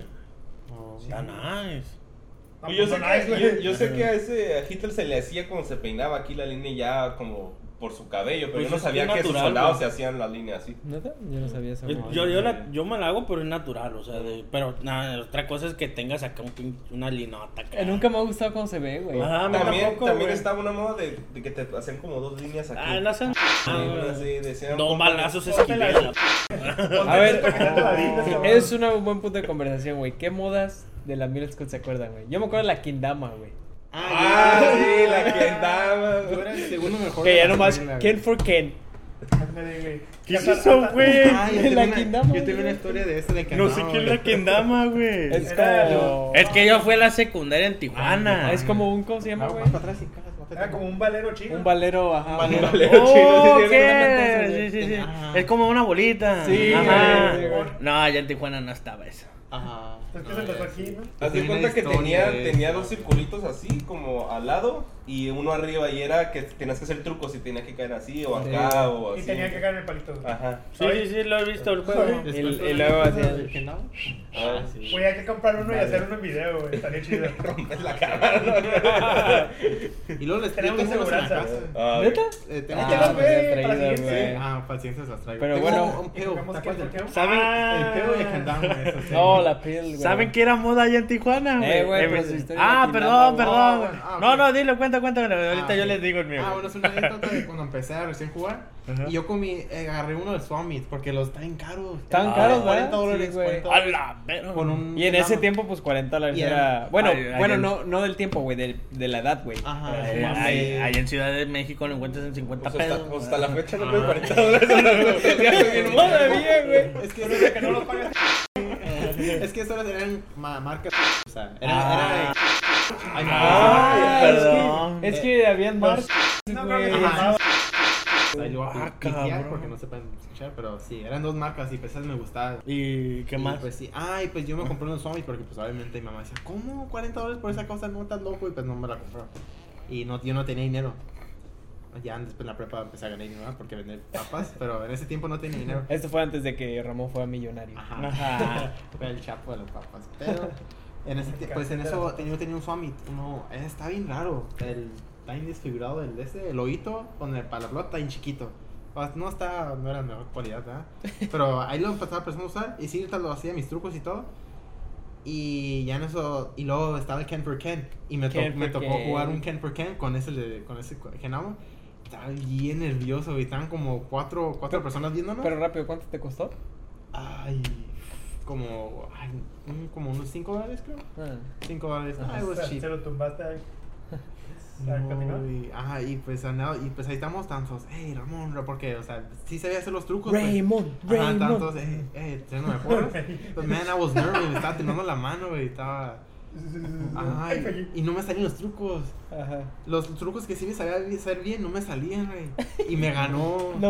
[SPEAKER 5] Oh,
[SPEAKER 4] Está nice.
[SPEAKER 1] Y yo sé,
[SPEAKER 3] Nice,
[SPEAKER 1] que,
[SPEAKER 3] güey.
[SPEAKER 1] yo sé que a Hitler se le hacía cuando se peinaba aquí la línea ya como por su cabello, pero
[SPEAKER 4] Pues
[SPEAKER 1] yo no
[SPEAKER 4] es
[SPEAKER 1] sabía que sus
[SPEAKER 4] natural,
[SPEAKER 1] soldados
[SPEAKER 4] güey.
[SPEAKER 1] se hacían la línea así.
[SPEAKER 2] ¿Neta? Yo no sabía eso. güey.
[SPEAKER 4] Yo me la hago, pero es natural, o sea, pero nada, otra cosa es que tengas acá una linota. acá.
[SPEAKER 2] Nunca me ha gustado cómo se ve, güey.
[SPEAKER 4] Ajá, a mí
[SPEAKER 1] También,
[SPEAKER 4] tampoco,
[SPEAKER 1] también
[SPEAKER 4] güey.
[SPEAKER 1] estaba una moda de que te hacían como dos líneas aquí.
[SPEAKER 4] Ah, no hacen.
[SPEAKER 1] Sí, así, decían,
[SPEAKER 4] Dos
[SPEAKER 1] póngale-
[SPEAKER 4] balazos
[SPEAKER 3] Ponte la-
[SPEAKER 4] esquivel.
[SPEAKER 2] A ver,
[SPEAKER 3] Oh.
[SPEAKER 2] es un buen punto de conversación, güey. ¿Qué modas de la middle school se acuerdan, güey? Yo me acuerdo de la Kindama, güey.
[SPEAKER 1] Ah, sí, la que andaba.
[SPEAKER 5] Yo era el segundo mejor.
[SPEAKER 2] Que
[SPEAKER 5] de
[SPEAKER 2] ya
[SPEAKER 5] la
[SPEAKER 2] nomás,
[SPEAKER 5] escuela,
[SPEAKER 2] Ken for Ken.
[SPEAKER 4] ¿Qué es eso, güey?
[SPEAKER 5] Ah, yo
[SPEAKER 2] La
[SPEAKER 5] tengo una-
[SPEAKER 2] Kindama,
[SPEAKER 5] Yo tengo una
[SPEAKER 2] güey.
[SPEAKER 5] historia de ese de que
[SPEAKER 4] No sé qué es la kendama, güey.
[SPEAKER 2] Es
[SPEAKER 3] Era
[SPEAKER 2] como.
[SPEAKER 4] Es que yo fui a la secundaria en Tijuana.
[SPEAKER 2] Es como un. ¿Cómo se llama, güey?
[SPEAKER 5] Más para atrás, sin cajas, más para
[SPEAKER 3] Era como un valero chino.
[SPEAKER 2] Un valero, ajá.
[SPEAKER 5] valero.
[SPEAKER 4] Oh,
[SPEAKER 2] Sí,
[SPEAKER 4] ¿qué?
[SPEAKER 2] sí,
[SPEAKER 4] Sí, sí, sí.
[SPEAKER 5] Ajá.
[SPEAKER 4] Es como una bolita.
[SPEAKER 2] Sí,
[SPEAKER 4] Ajá.
[SPEAKER 2] güey.
[SPEAKER 4] No, allá en Tijuana no estaba eso.
[SPEAKER 5] Ajá.
[SPEAKER 3] Es que se empezó aquí, ¿no?
[SPEAKER 1] Haz de
[SPEAKER 5] Tiene
[SPEAKER 1] cuenta
[SPEAKER 5] una
[SPEAKER 1] que
[SPEAKER 5] historia de
[SPEAKER 1] tenía
[SPEAKER 5] eso.
[SPEAKER 1] dos circulitos así, como al lado, y uno arriba, y era que tenías que hacer trucos si tenía que caer así, o acá,
[SPEAKER 2] Sí.
[SPEAKER 1] o
[SPEAKER 3] Y
[SPEAKER 1] así.
[SPEAKER 3] tenía que caer en el palito. güey.
[SPEAKER 1] Ajá.
[SPEAKER 4] Sí, sí, sí, lo he visto el juego.
[SPEAKER 2] Y luego hacía.
[SPEAKER 1] Ah, sí.
[SPEAKER 3] Güey, hay que comprar uno y hacer uno en video, güey. Estaría chido.
[SPEAKER 1] Rompes la cámara.
[SPEAKER 5] Y luego les
[SPEAKER 3] Tenemos
[SPEAKER 5] tengo unos en la
[SPEAKER 3] aseguranza.
[SPEAKER 5] casa.
[SPEAKER 1] Ah,
[SPEAKER 2] ¿Neta?
[SPEAKER 5] Tengo
[SPEAKER 3] Ah,
[SPEAKER 5] que
[SPEAKER 3] pues,
[SPEAKER 2] pues ya
[SPEAKER 3] güey,
[SPEAKER 2] traído,
[SPEAKER 3] para siguiente.
[SPEAKER 2] güey.
[SPEAKER 5] Ah, paciencia se las traigo.
[SPEAKER 2] Pero
[SPEAKER 5] Tengo
[SPEAKER 2] bueno.
[SPEAKER 5] un peo.
[SPEAKER 3] Digamos
[SPEAKER 5] ¿Te
[SPEAKER 3] que
[SPEAKER 5] acuerdas del peo?
[SPEAKER 4] ¿Saben?
[SPEAKER 5] El peo de Kendama, eso sí.
[SPEAKER 2] No, la piel, güey.
[SPEAKER 4] ¿Saben qué era moda allá en Tijuana, güey?
[SPEAKER 2] Güey, pero su historia de
[SPEAKER 4] perdón,
[SPEAKER 2] Tijuana,
[SPEAKER 4] perdón.
[SPEAKER 5] güey. Ah,
[SPEAKER 4] No,
[SPEAKER 5] ok.
[SPEAKER 4] no, dilo, cuéntame. Ahorita
[SPEAKER 5] Ah,
[SPEAKER 4] yo
[SPEAKER 5] ok.
[SPEAKER 4] les digo el mío.
[SPEAKER 5] Ah, bueno, es una anécdota de cuando empecé a recién jugar.
[SPEAKER 4] Ajá.
[SPEAKER 5] Y yo con mi. Agarré uno del Swamit porque los traen caros.
[SPEAKER 2] Tan
[SPEAKER 5] Ah,
[SPEAKER 2] caros, ¿verdad?
[SPEAKER 5] 40 dólares,
[SPEAKER 2] Sí, güey.
[SPEAKER 5] 40
[SPEAKER 4] A la verga.
[SPEAKER 5] Con un.
[SPEAKER 2] Y en ese
[SPEAKER 5] Kendama.
[SPEAKER 2] tiempo, pues $40
[SPEAKER 5] Y
[SPEAKER 2] era.
[SPEAKER 5] era-
[SPEAKER 2] Bueno,
[SPEAKER 4] Ay,
[SPEAKER 2] bueno,
[SPEAKER 4] ay,
[SPEAKER 2] no del tiempo, güey, de la edad, güey.
[SPEAKER 5] Ajá.
[SPEAKER 4] Allá en Ciudad de México lo encuentras en 50
[SPEAKER 1] Pues hasta,
[SPEAKER 4] pesos.
[SPEAKER 1] pues hasta la fecha no puede $40. Ya estoy bien
[SPEAKER 2] Todavía, güey.
[SPEAKER 5] Es que,
[SPEAKER 3] Que no lo pagas.
[SPEAKER 5] es que eso eran marcas. O sea,
[SPEAKER 4] Ah.
[SPEAKER 5] Ay,
[SPEAKER 2] Ah,
[SPEAKER 4] perdón.
[SPEAKER 2] es que habían marcas,
[SPEAKER 3] No creo
[SPEAKER 2] güey.
[SPEAKER 3] que se llamaba.
[SPEAKER 5] Ahí lo voy a
[SPEAKER 4] Ah,
[SPEAKER 5] pitear
[SPEAKER 4] cabrón.
[SPEAKER 5] porque no se pueden escuchar, pero sí, eran dos marcas y pues esas me gustaban.
[SPEAKER 4] ¿Y qué
[SPEAKER 5] Y,
[SPEAKER 4] más?
[SPEAKER 5] pues sí, ay, pues yo me compré unos zombies porque pues obviamente mi mamá decía, ¿cómo $40 por esa cosa? No, estás loco, y pues no me la compró. Y no, yo no tenía dinero. Ya después en la prepa empecé a ganar dinero, ¿verdad? Porque vender papas, pero en ese tiempo no tenía dinero.
[SPEAKER 2] Esto fue antes de que Ramón fuera millonario.
[SPEAKER 5] Ajá. Fue el chapo de las papas. Pero en ese pues en eso yo tenía un Summit. Uno, está bien raro. Está bien desfigurado el ojito con el para la pelota bien chiquito. No era de mejor calidad, ¿verdad? Pero ahí lo empezaba a usar. Y sí, ahorita lo hacía mis trucos y todo. Y ya en eso. Y luego estaba el Ken for Ken. Y me
[SPEAKER 2] Ken for
[SPEAKER 5] tocó
[SPEAKER 2] Ken.
[SPEAKER 5] jugar un Ken for Ken con ese Genamo. Estaba bien nervioso. Y estaban como cuatro personas viéndonos.
[SPEAKER 2] Pero rápido, ¿cuánto te costó?
[SPEAKER 5] Como unos $5, creo. $5. It was cheap.
[SPEAKER 3] Se lo tumbaste ahí. ¿Continúa?
[SPEAKER 5] Y pues ahí estamos tantos. Hey, Ramón, porque, o sea, sí sabía hacer los trucos.
[SPEAKER 2] Raymond.
[SPEAKER 5] Tantos, no me acuerdo. Pues, man, I was nervous, me estaba temblando la mano, güey, estaba... y no me salían los trucos.
[SPEAKER 2] Ajá.
[SPEAKER 5] Los trucos que sí me sabía hacer bien, no me salían, güey. Y me ganó.
[SPEAKER 2] No.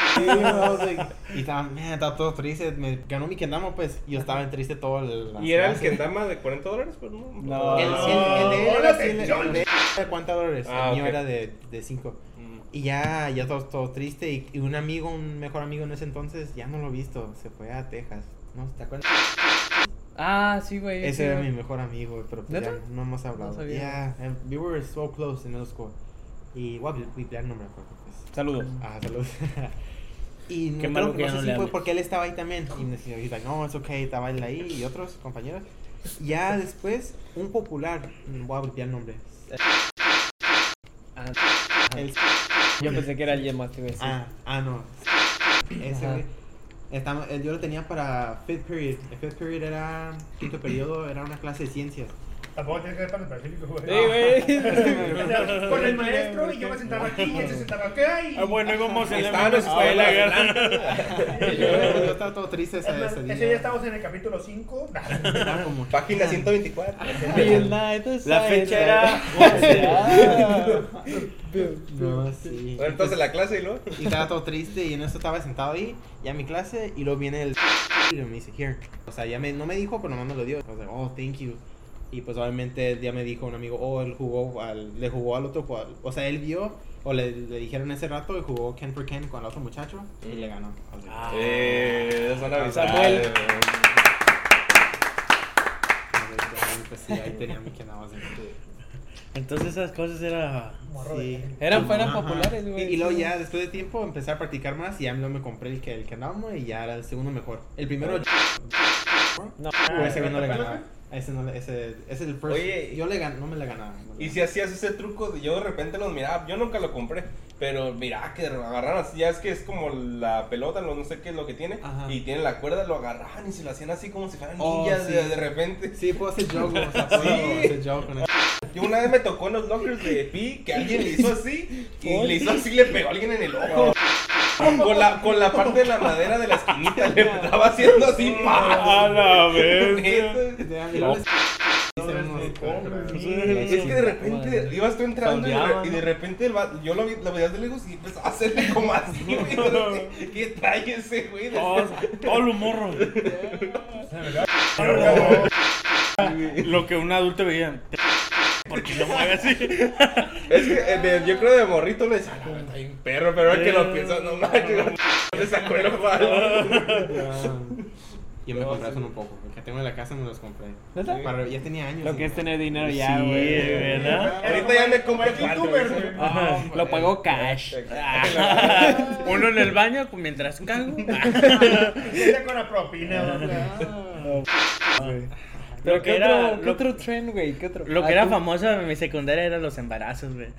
[SPEAKER 5] Y estaba todo triste. Me ganó mi kendama, pues. Y yo estaba triste todo el.
[SPEAKER 1] ¿Y era el kendama de $40? Pues no.
[SPEAKER 2] No.
[SPEAKER 5] El de él era de $40.
[SPEAKER 1] Ah,
[SPEAKER 5] El mío
[SPEAKER 1] ok.
[SPEAKER 5] era de 5. Y ya todo triste. Y un mejor amigo en ese entonces, ya no lo he visto. Se fue a Texas. ¿No? ¿Te acuerdas?
[SPEAKER 2] Ah, sí, güey.
[SPEAKER 5] Ese era mi mejor amigo, güey, pero pues
[SPEAKER 2] ¿Neta?
[SPEAKER 5] ya no hemos hablado.
[SPEAKER 2] No sabía.
[SPEAKER 5] Yeah, and we were so close in middle school. Y ya no me acuerdo. Pues.
[SPEAKER 2] Saludos.
[SPEAKER 5] Saludos. Y
[SPEAKER 4] Qué
[SPEAKER 5] no,
[SPEAKER 4] malo
[SPEAKER 5] creo,
[SPEAKER 4] que
[SPEAKER 5] no
[SPEAKER 4] ya
[SPEAKER 5] sé
[SPEAKER 4] no
[SPEAKER 5] si
[SPEAKER 4] le
[SPEAKER 5] fue
[SPEAKER 4] hables.
[SPEAKER 5] porque él estaba ahí también. Y me decía, he's like, no, it's okay, estaba él ahí y otros compañeros. Ya después, un popular, voy a bloquear el nombre. El-
[SPEAKER 2] Yo pensé que era alguien más, te iba a decir.
[SPEAKER 5] no. Ese,
[SPEAKER 2] Ajá.
[SPEAKER 5] güey. Yo lo tenía para fifth period. El fifth period era quinto periodo, era una clase de ciencias.
[SPEAKER 3] Tampoco tienes que ver para el Pacífico, güey.
[SPEAKER 2] Sí, güey.
[SPEAKER 3] Con el maestro y yo me sentaba aquí y él se sentaba acá y...
[SPEAKER 4] Bueno, íbamos en
[SPEAKER 1] Estaba
[SPEAKER 4] la
[SPEAKER 1] en
[SPEAKER 4] misma
[SPEAKER 1] la
[SPEAKER 4] escuela.
[SPEAKER 5] Yo estaba todo triste ese
[SPEAKER 3] Ese
[SPEAKER 5] día.
[SPEAKER 3] día estamos en el capítulo 5.
[SPEAKER 5] Era como-
[SPEAKER 1] Página 124.
[SPEAKER 4] La fecha era
[SPEAKER 5] No, sí.
[SPEAKER 1] Bueno, entonces la clase y luego.
[SPEAKER 5] Y estaba todo triste y en eso estaba sentado ahí, ya en mi clase, y luego viene el y me dice, here. O sea, no me dijo, pero nomás me lo dio. O sea, oh, thank you. Y pues obviamente ya me dijo un amigo, le jugó al otro jugador. O sea, él vio, o le dijeron ese rato, y jugó Ken for Ken con el otro muchacho, y le ganó. O sea,
[SPEAKER 1] Son amistades.
[SPEAKER 2] Samuel.
[SPEAKER 5] pues sí, ahí tenía mi Ken Navas.
[SPEAKER 4] Entonces esas cosas era...
[SPEAKER 5] Sí.
[SPEAKER 2] Eran
[SPEAKER 5] Ajá.
[SPEAKER 2] populares, güey.
[SPEAKER 5] Y luego ya después de tiempo empecé a practicar más y ya luego me compré el que andaba y ya era el segundo mejor. El primero
[SPEAKER 2] No.
[SPEAKER 5] ese güey no le ganaba. Ese es el first.
[SPEAKER 1] Oye,
[SPEAKER 5] yo no me le ganaba.
[SPEAKER 1] Y si hacías ese truco, yo de repente los miraba, yo nunca lo compré, pero mira que agarraron así, ya es que es como la pelota, no sé qué es lo que tiene,
[SPEAKER 5] Ajá.
[SPEAKER 1] y tiene la cuerda, lo agarraban y se lo hacían así como si fueran
[SPEAKER 5] Oh,
[SPEAKER 1] ninjas
[SPEAKER 5] sí.
[SPEAKER 1] de repente.
[SPEAKER 5] Sí, puedo hacer joke, o sea, puedo
[SPEAKER 1] Sí.
[SPEAKER 5] hacer joke con eso.
[SPEAKER 1] Yo una vez me tocó en los lockers de Pi que alguien le hizo así, y le hizo así, le pegó a alguien en el ojo. Con la parte de la madera de la esquinita, le estaba haciendo así, ¡pah!
[SPEAKER 4] A la vez.
[SPEAKER 1] Neta.
[SPEAKER 5] Y luego
[SPEAKER 1] Es que de repente ibas tú entrando y de repente yo lo veía de lejos y empezaba a hacerle como así, güey. ¿Qué trae ese güey?
[SPEAKER 4] Todo lo morro. Lo que un adulto veía. Porque lo mueve así.
[SPEAKER 1] Es que yo creo de morrito le decía, no, está bien perro, pero ahora que lo piensas, no manches, le sacó el palo.
[SPEAKER 5] Yo me compré eso un poco, porque tengo en la casa me los compré.
[SPEAKER 2] ¿Neta?
[SPEAKER 5] Ya tenía años.
[SPEAKER 2] Lo que es tener dinero ya,
[SPEAKER 4] Sí,
[SPEAKER 2] güey.
[SPEAKER 4] ¿verdad?
[SPEAKER 1] Ahorita ya me compro
[SPEAKER 3] Como el youtuber, güey.
[SPEAKER 2] Ah, lo pagó cash.
[SPEAKER 4] Uno en el baño pues, mientras cago.
[SPEAKER 3] Empieza con la propina, güey.
[SPEAKER 2] Pero
[SPEAKER 4] Lo
[SPEAKER 2] ¿qué
[SPEAKER 4] que era-
[SPEAKER 2] otro, ¿qué otro trend, güey? ¿Qué otro?
[SPEAKER 4] Lo
[SPEAKER 2] Ah,
[SPEAKER 4] que era
[SPEAKER 2] tú.
[SPEAKER 4] famoso en mi secundaria eran los embarazos, güey.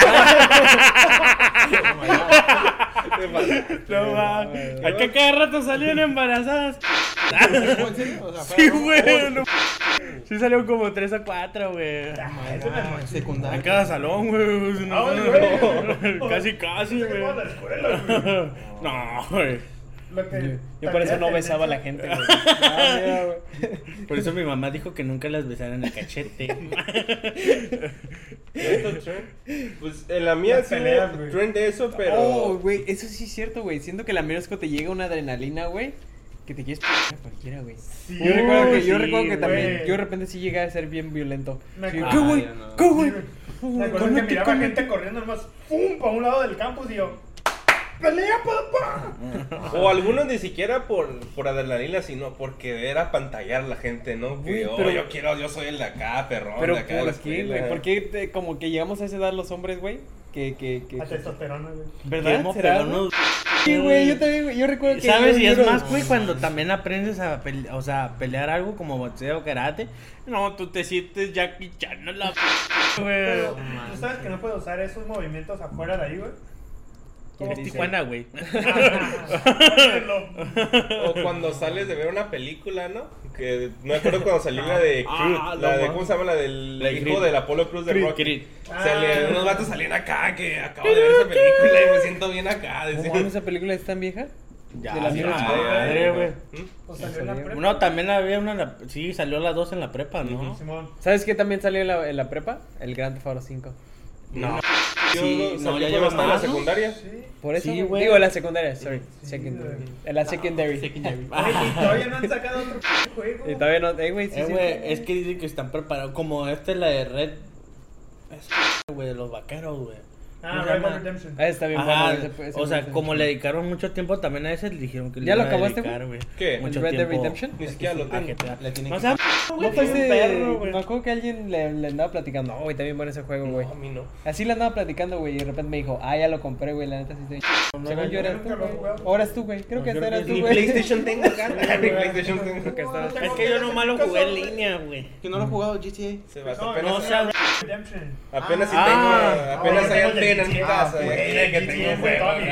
[SPEAKER 4] No mames. Hay que cada rato salían embarazadas.
[SPEAKER 5] ¿En serio? O sea,
[SPEAKER 4] Sí,
[SPEAKER 5] ¿fuera
[SPEAKER 4] güey.
[SPEAKER 5] broma?
[SPEAKER 4] No. Sí salieron como 3 o 4, güey.
[SPEAKER 5] Secundaria.
[SPEAKER 4] En cada salón, güey. No,
[SPEAKER 3] Ay, güey.
[SPEAKER 4] Casi,
[SPEAKER 3] Yo
[SPEAKER 4] güey.
[SPEAKER 3] a la escuela, güey.
[SPEAKER 4] No, güey.
[SPEAKER 3] Lo que
[SPEAKER 2] Yo por eso no
[SPEAKER 3] también
[SPEAKER 2] besaba a la gente, güey. Ah, mira, güey.
[SPEAKER 4] Por eso mi mamá dijo que nunca las besaran el cachete.
[SPEAKER 1] Pues en la mía
[SPEAKER 3] Las
[SPEAKER 1] sí
[SPEAKER 3] peleas,
[SPEAKER 1] hubo
[SPEAKER 3] güey.
[SPEAKER 1] trend de eso, pero.
[SPEAKER 2] Oh, güey, eso sí es cierto, güey. Siento que la Mirosco te llega una adrenalina, güey, que te quieres a cualquiera, güey.
[SPEAKER 3] Sí,
[SPEAKER 2] Yo recuerdo que, yo
[SPEAKER 4] sí,
[SPEAKER 2] recuerdo que también,
[SPEAKER 3] güey.
[SPEAKER 2] yo de repente sí llegué a ser bien violento.
[SPEAKER 3] Me
[SPEAKER 2] Sí,
[SPEAKER 3] acuerdo.
[SPEAKER 2] ¿qué, güey?
[SPEAKER 5] Ah, ya no.
[SPEAKER 2] ¿Qué, güey?
[SPEAKER 3] Me acuerdo que miraba gente corriendo nomás, ¡pum! Para un lado del campus y yo, ¡pelea, papá!
[SPEAKER 1] O algunos ni siquiera por adrenalina, sino porque era pantallar a la gente, ¿no? Que
[SPEAKER 2] Güey, pero-
[SPEAKER 1] yo soy el de acá, perrón,
[SPEAKER 2] Pero
[SPEAKER 1] de acá de la
[SPEAKER 2] ¿por qué,
[SPEAKER 1] escuela.
[SPEAKER 2] güey? ¿Por qué como que llegamos a esa edad los hombres, güey? Que
[SPEAKER 3] A testosterona, güey.
[SPEAKER 2] ¿Verdad?
[SPEAKER 4] ¿Cómo?
[SPEAKER 2] ¿Será,
[SPEAKER 4] Pero no.
[SPEAKER 2] Sí, güey, yo también, güey. Yo recuerdo que...
[SPEAKER 4] ¿Sabes?
[SPEAKER 2] yo-
[SPEAKER 4] Y es
[SPEAKER 2] yo-
[SPEAKER 4] más, güey, cuando también aprendes a pelear algo como boxeo o karate. No, tú te sientes Jackie Chan, no la güey.
[SPEAKER 3] Pero, ¿tú sabes que no puedes usar esos movimientos afuera de ahí, güey?
[SPEAKER 4] Es Tijuana, güey.
[SPEAKER 1] O cuando sales de ver una película, ¿no? Que no me acuerdo cuando salió la de Creed, la de, ¿cómo se llama? La del
[SPEAKER 4] La de
[SPEAKER 1] hijo
[SPEAKER 4] Creed.
[SPEAKER 1] del Apollo Cruz de
[SPEAKER 4] Creed,
[SPEAKER 1] Rocky.
[SPEAKER 4] Creed.
[SPEAKER 1] Unos vatos salían acá que acabo de ver esa película y me siento bien acá.
[SPEAKER 2] ¿Cómo
[SPEAKER 1] decía.
[SPEAKER 2] mames, esa película es tan vieja?
[SPEAKER 4] Ya,
[SPEAKER 2] De la
[SPEAKER 4] sí,
[SPEAKER 2] misma
[SPEAKER 4] madre, güey.
[SPEAKER 3] Pues salió en la prepa.
[SPEAKER 4] No, también había una. Sí, salió las 2 en la prepa, ¿no?
[SPEAKER 3] Simón.
[SPEAKER 2] ¿Sabes qué también salió en la prepa? El Grand Theft Auto 5.
[SPEAKER 4] No.
[SPEAKER 1] Yo
[SPEAKER 4] Sí, no,
[SPEAKER 1] salió
[SPEAKER 4] ya
[SPEAKER 1] cuando
[SPEAKER 4] lleva
[SPEAKER 1] estaba en la
[SPEAKER 4] más, ¿no?
[SPEAKER 1] secundaria.
[SPEAKER 3] Sí.
[SPEAKER 2] Por eso,
[SPEAKER 4] Sí, güey.
[SPEAKER 2] digo, la secundaria, sorry. Secondary. La secondary.
[SPEAKER 3] Oye, y todavía no han sacado otro juego.
[SPEAKER 2] Y todavía no, güey, sí, sí.
[SPEAKER 4] Güey, es que dicen que están preparados. Como la de Red. Güey, de los vaqueros, güey.
[SPEAKER 3] Ah,
[SPEAKER 4] ¿Cómo se
[SPEAKER 3] Red Dead
[SPEAKER 4] llama?
[SPEAKER 3] Redemption.
[SPEAKER 2] Está bien
[SPEAKER 4] Ajá,
[SPEAKER 2] bueno. ese
[SPEAKER 4] o sea,
[SPEAKER 2] me
[SPEAKER 4] como
[SPEAKER 2] gusta.
[SPEAKER 4] le dedicaron mucho tiempo también a ese, le dijeron que le
[SPEAKER 2] ¿Ya lo
[SPEAKER 4] iban a
[SPEAKER 2] acabaste,
[SPEAKER 4] dedicar, güey.
[SPEAKER 1] ¿Qué?
[SPEAKER 4] Mucho
[SPEAKER 2] ¿El Red Dead
[SPEAKER 4] tiempo.
[SPEAKER 2] Redemption?
[SPEAKER 1] Ni siquiera lo
[SPEAKER 4] A
[SPEAKER 1] tengo.
[SPEAKER 4] GTA.
[SPEAKER 5] Le tienen
[SPEAKER 4] No
[SPEAKER 5] que-
[SPEAKER 4] sea, güey,
[SPEAKER 2] No fue
[SPEAKER 4] un perro,
[SPEAKER 2] Me
[SPEAKER 4] güey.
[SPEAKER 2] acuerdo que alguien le andaba platicando. No, güey, está bien bueno ese juego, güey.
[SPEAKER 1] No, a mí no.
[SPEAKER 2] Así le andaba platicando, güey, y de repente me dijo, ya lo compré, güey, la neta sí estoy. Según yo eras tú,
[SPEAKER 3] nunca lo he
[SPEAKER 2] güey.
[SPEAKER 3] jugado.
[SPEAKER 2] Ahora es tú, güey. Creo que
[SPEAKER 4] Creo
[SPEAKER 2] hasta eras
[SPEAKER 4] que
[SPEAKER 2] tú,
[SPEAKER 1] Ni
[SPEAKER 2] güey.
[SPEAKER 1] PlayStation tengo acá. Ni PlayStation tengo.
[SPEAKER 2] Creo que estabas-
[SPEAKER 4] Es que yo nomás lo jugué en línea, güey.
[SPEAKER 5] Que no lo he jugado GTA.
[SPEAKER 1] Se va,
[SPEAKER 3] No,
[SPEAKER 1] apenas
[SPEAKER 3] no,
[SPEAKER 4] sea-
[SPEAKER 3] Red Dead Redemption.
[SPEAKER 1] apenas sí
[SPEAKER 4] Ah,
[SPEAKER 1] tengo. Apenas
[SPEAKER 3] yo
[SPEAKER 1] hay
[SPEAKER 3] tengo el
[SPEAKER 1] antena en mi
[SPEAKER 3] GTA,
[SPEAKER 1] casa.
[SPEAKER 3] güey,
[SPEAKER 1] Y aquí que
[SPEAKER 3] el
[SPEAKER 1] tengo
[SPEAKER 3] GTA
[SPEAKER 1] un juego.
[SPEAKER 3] Tony.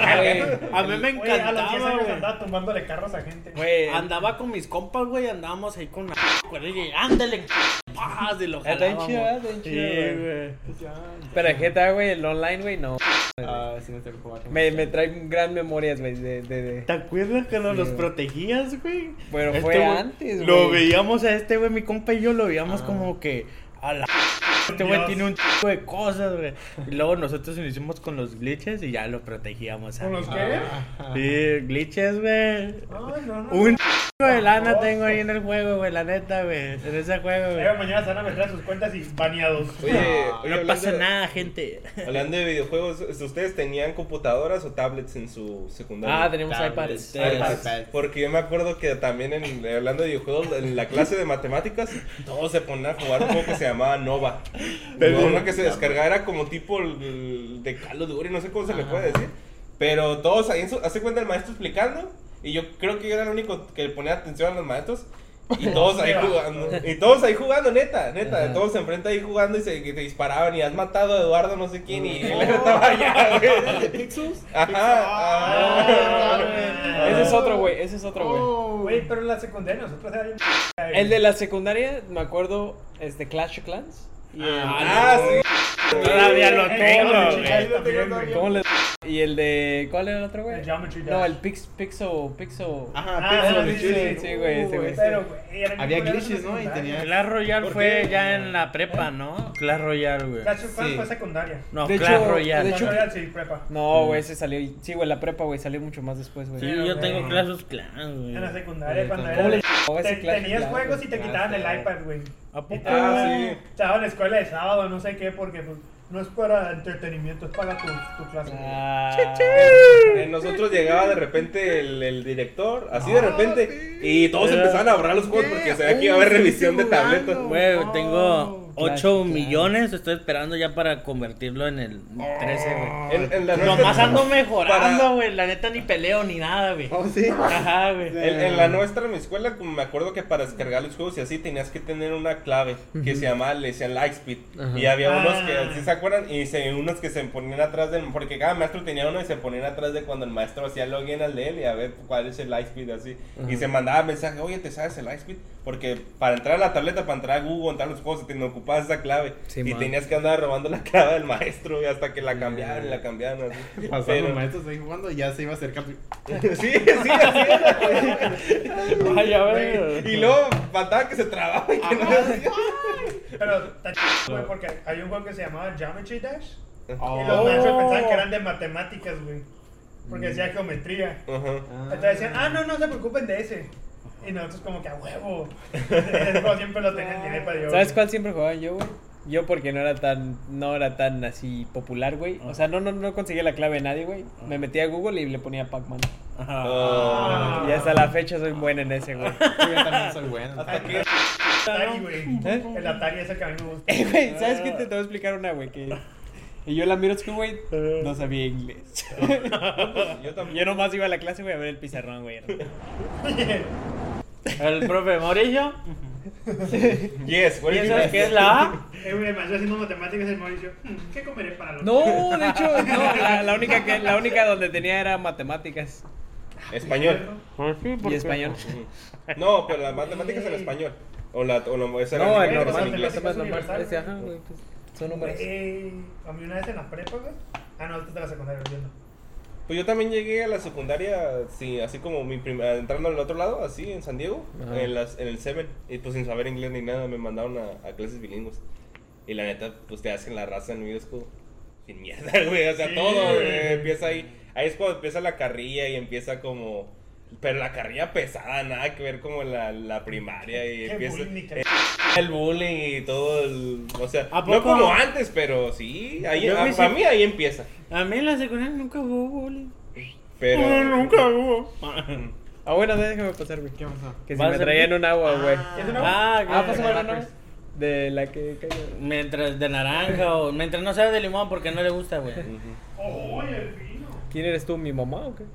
[SPEAKER 4] A mí me
[SPEAKER 3] Oye, a los 10
[SPEAKER 4] encantaba,
[SPEAKER 3] años
[SPEAKER 4] güey.
[SPEAKER 3] andaba tumbándole carros a gente.
[SPEAKER 2] Güey,
[SPEAKER 4] Andaba con mis compas, güey, andábamos ahí con la y ándale, paz, y lo
[SPEAKER 2] Está bien
[SPEAKER 4] jalábamos.
[SPEAKER 2] chido, está bien chido,
[SPEAKER 4] Sí,
[SPEAKER 2] güey.
[SPEAKER 4] güey.
[SPEAKER 2] pero el GTA, güey, el online, güey, no.
[SPEAKER 5] Ah, sí, no tengo que jugar.
[SPEAKER 2] Me trae gran memorias, güey, de...
[SPEAKER 4] ¿Te acuerdas que nos
[SPEAKER 2] Sí,
[SPEAKER 4] los
[SPEAKER 2] güey.
[SPEAKER 4] protegías, güey?
[SPEAKER 2] Pero
[SPEAKER 4] Este
[SPEAKER 2] fue
[SPEAKER 4] güey,
[SPEAKER 2] antes, güey.
[SPEAKER 4] Lo veíamos a este güey, mi compa y yo lo veíamos como que a la este güey
[SPEAKER 3] Dios.
[SPEAKER 4] tiene un chico de cosas, güey. Y luego nosotros nos hicimos con los glitches y ya lo protegíamos.
[SPEAKER 3] ¿Con los
[SPEAKER 4] ahí.
[SPEAKER 3] qué?
[SPEAKER 4] Sí, glitches, güey.
[SPEAKER 3] Ay, no, no.
[SPEAKER 4] Un chico de lana tengo ahí en el juego, güey, la neta, güey. En ese juego, güey.
[SPEAKER 3] Mañana se van a meter a sus cuentas y baneados.
[SPEAKER 1] Oye,
[SPEAKER 4] No pasa
[SPEAKER 1] hablando-
[SPEAKER 4] nada, gente.
[SPEAKER 1] Hablando de videojuegos, ¿ustedes tenían computadoras o tablets en su secundaria?
[SPEAKER 2] Ah, tenemos
[SPEAKER 4] Tablets,
[SPEAKER 2] iPads.
[SPEAKER 1] iPads. Porque yo me acuerdo que también hablando de videojuegos, en la clase de matemáticas, todos se ponían a jugar un juego que se llamaba Nova. Uno que se descargaba era como tipo el de Call of Duty, no sé cómo se le puede decir. Pero todos ahí, hace cuenta el maestro explicando, y yo creo que yo era el único que le ponía atención a los maestros. Y todos ahí jugando. Y todos ahí jugando, neta.
[SPEAKER 2] Ajá.
[SPEAKER 1] Todos enfrente ahí jugando y se disparaban. Y has matado a Eduardo no sé quién. Y él estaba allá, güey.
[SPEAKER 5] ¿Pixels?
[SPEAKER 1] Ajá.
[SPEAKER 2] Ese es otro, güey, ese es otro, güey.
[SPEAKER 3] Güey, pero en la secundaria nosotros era bien.
[SPEAKER 2] El de la secundaria, me acuerdo, es de Clash of Clans. Y el,
[SPEAKER 1] Sí.
[SPEAKER 4] Todavía lo
[SPEAKER 3] El
[SPEAKER 4] tengo,
[SPEAKER 3] Geometry
[SPEAKER 4] güey.
[SPEAKER 3] Dash también, güey.
[SPEAKER 2] ¿Cómo le... Y el de... ¿Cuál era el otro, güey?
[SPEAKER 3] El Geometry Dash.
[SPEAKER 2] No, el Pixel...
[SPEAKER 5] Ajá,
[SPEAKER 3] Ah,
[SPEAKER 5] Pixels.
[SPEAKER 2] sí, güey, ese güey.
[SPEAKER 3] Pero, güey, eran
[SPEAKER 5] Había
[SPEAKER 3] bien culeros
[SPEAKER 5] glitches,
[SPEAKER 3] en
[SPEAKER 5] ¿no? Y
[SPEAKER 3] secundaria.
[SPEAKER 5] tenía-
[SPEAKER 4] Clash Royale
[SPEAKER 1] ¿Por
[SPEAKER 4] fue
[SPEAKER 1] qué?
[SPEAKER 4] ya en la prepa, ¿no? Clash Royale, güey.
[SPEAKER 3] Clash of Clans
[SPEAKER 5] Sí.
[SPEAKER 3] fue secundaria.
[SPEAKER 4] No,
[SPEAKER 2] De
[SPEAKER 4] Clash
[SPEAKER 2] hecho,
[SPEAKER 4] Royale.
[SPEAKER 2] de
[SPEAKER 3] Clash
[SPEAKER 2] hecho-
[SPEAKER 3] Royale sí, prepa.
[SPEAKER 2] No, güey, ese salió... Sí, güey, la prepa, güey, salió mucho más después, güey.
[SPEAKER 4] Sí,
[SPEAKER 3] Pero,
[SPEAKER 4] yo tengo
[SPEAKER 3] güey.
[SPEAKER 4] Clash of Clans, güey.
[SPEAKER 3] En la secundaria, cuando
[SPEAKER 2] ¿Cómo le
[SPEAKER 3] era.
[SPEAKER 2] llamaba ese Clash of
[SPEAKER 3] Tenías
[SPEAKER 2] Clans,
[SPEAKER 3] juegos
[SPEAKER 2] güey?
[SPEAKER 3] y te quitaban el iPad, güey.
[SPEAKER 4] ¿A poco?
[SPEAKER 1] Ah, sí.
[SPEAKER 3] Te daban escuela de sábado, no sé qué, porque pues, no es para entretenimiento, es para tu clase.
[SPEAKER 2] Ah,
[SPEAKER 1] Nosotros llegaba de repente el director, así de repente, y todos empezaban a borrar los juegos porque sabía que iba a haber revisión de tabletas.
[SPEAKER 4] Güey, tengo
[SPEAKER 2] Clash
[SPEAKER 4] 8
[SPEAKER 2] of Clans.
[SPEAKER 4] millones, estoy esperando ya para convertirlo en el 13, güey.
[SPEAKER 1] En la
[SPEAKER 4] Nomás
[SPEAKER 1] nuestra-
[SPEAKER 4] ando mejorando,
[SPEAKER 1] para-
[SPEAKER 4] güey. La neta ni peleo ni nada, güey.
[SPEAKER 5] Oh, sí.
[SPEAKER 4] Ajá, güey.
[SPEAKER 1] En la nuestra, en mi escuela, como me acuerdo que para descargar los juegos y así tenías que tener una clave que se llamaba, le decían Lightspeed.
[SPEAKER 2] Ajá.
[SPEAKER 1] Y había unos
[SPEAKER 3] Ah.
[SPEAKER 1] que, ¿sí se acuerdan? Y unos que se ponían atrás del, porque cada maestro tenía uno y se ponían atrás de cuando el maestro hacía login al de él y a ver cuál es el Lightspeed así. Y se mandaba mensaje, oye, ¿te sabes el Lightspeed? Porque para entrar a la tableta, para entrar a Google, entrar a los juegos, te ocupabas esa clave.
[SPEAKER 2] Sí,
[SPEAKER 1] y
[SPEAKER 2] man.
[SPEAKER 1] tenías que andar robando la clave del maestro y hasta que la cambiaron y la cambiaron así.
[SPEAKER 5] Pasaron
[SPEAKER 1] Pero-
[SPEAKER 5] los maestros ahí jugando y ya se iba a acercar.
[SPEAKER 1] Sí, así era.
[SPEAKER 4] Vaya, güey.
[SPEAKER 1] Y luego faltaba que se trababa y que no hacía.
[SPEAKER 3] Pero está chido, güey, porque hay un juego que se llamaba Geometry Dash.
[SPEAKER 5] Oh.
[SPEAKER 3] Y los maestros pensaban que eran de matemáticas, güey. Porque decía geometría.
[SPEAKER 1] Ajá.
[SPEAKER 3] Entonces decían, no se preocupen de ese. Y nosotros como que a huevo. Ese juego siempre lo tenían en el iPad. Yo,
[SPEAKER 2] ¿Sabes cuál siempre jugaba yo, güey? Yo porque no era tan así popular, güey. O sea, no conseguía la clave de nadie, güey. Me metía a Google y le ponía Pac-Man.
[SPEAKER 1] Ah.
[SPEAKER 2] Y hasta la fecha soy buena en ese, güey.
[SPEAKER 5] Sí, yo también soy bueno.
[SPEAKER 3] Atari, güey.
[SPEAKER 2] ¿Eh?
[SPEAKER 3] El Atari es el que a mí me gusta.
[SPEAKER 2] Güey, ¿sabes qué? Te voy a explicar una, güey, que... Y yo en la middle school, güey, no sabía inglés.
[SPEAKER 1] Yo también.
[SPEAKER 2] Yo nomás iba a la clase, güey, a ver el pizarrón, güey.
[SPEAKER 4] El profe Mauricio.
[SPEAKER 1] Yes, what
[SPEAKER 4] ¿Y
[SPEAKER 1] is
[SPEAKER 4] eso
[SPEAKER 1] it?
[SPEAKER 4] qué es la A?
[SPEAKER 3] Güey, me estoy haciendo matemáticas el Mauricio. ¿Qué comeré para los
[SPEAKER 2] No, de hecho, no, la única donde tenía era matemáticas
[SPEAKER 1] Español.
[SPEAKER 2] y español.
[SPEAKER 1] No, pero las matemáticas en español. Esa era
[SPEAKER 2] No,
[SPEAKER 1] la
[SPEAKER 2] el
[SPEAKER 1] matemática
[SPEAKER 2] normal,
[SPEAKER 1] en inglés.
[SPEAKER 2] matemáticas normal.
[SPEAKER 3] universal,
[SPEAKER 2] Ese, ajá, güey, pues, son números.
[SPEAKER 3] A mí una vez en la prepa, güey. Ah, no, esta es de la secundaria, entiendo.
[SPEAKER 1] Pues yo también llegué a la secundaria, sí, así como entrando al otro lado, así en San Diego,
[SPEAKER 2] Ajá.
[SPEAKER 1] en el Seven, y pues sin saber inglés ni nada, me mandaron a clases bilingües. Y la neta, pues te hacen la raza en mi escudo. Sin mierda, güey, o sea,
[SPEAKER 3] Sí,
[SPEAKER 1] todo,
[SPEAKER 3] güey.
[SPEAKER 1] empieza ahí. Ahí es cuando empieza la carrilla y empieza como... Pero la carrilla pesada, nada que ver como la primaria y
[SPEAKER 3] Qué
[SPEAKER 1] empieza...
[SPEAKER 3] bullying, qué-
[SPEAKER 1] el bullying y todo el... O sea,
[SPEAKER 4] ¿A
[SPEAKER 1] no
[SPEAKER 4] poco?
[SPEAKER 1] como antes, pero sí, ahí,
[SPEAKER 4] Yo me
[SPEAKER 1] para
[SPEAKER 4] hice-
[SPEAKER 1] mí ahí empieza.
[SPEAKER 4] A mí en la secundaria nunca hubo bullying.
[SPEAKER 1] Pero...
[SPEAKER 4] hubo.
[SPEAKER 2] Ah, bueno, déjame pasar, güey.
[SPEAKER 5] ¿Qué pasó?
[SPEAKER 2] Que si
[SPEAKER 4] ¿Vas
[SPEAKER 2] me
[SPEAKER 4] a
[SPEAKER 2] traían un agua, güey.
[SPEAKER 3] ¿Es una-
[SPEAKER 2] Ah, pásame la agua. De la que cayó.
[SPEAKER 4] Mientras de naranja o mientras no sea de limón porque no le gusta, güey.
[SPEAKER 3] ¡Oye, el vino!
[SPEAKER 2] ¿Quién eres tú, mi mamá o qué?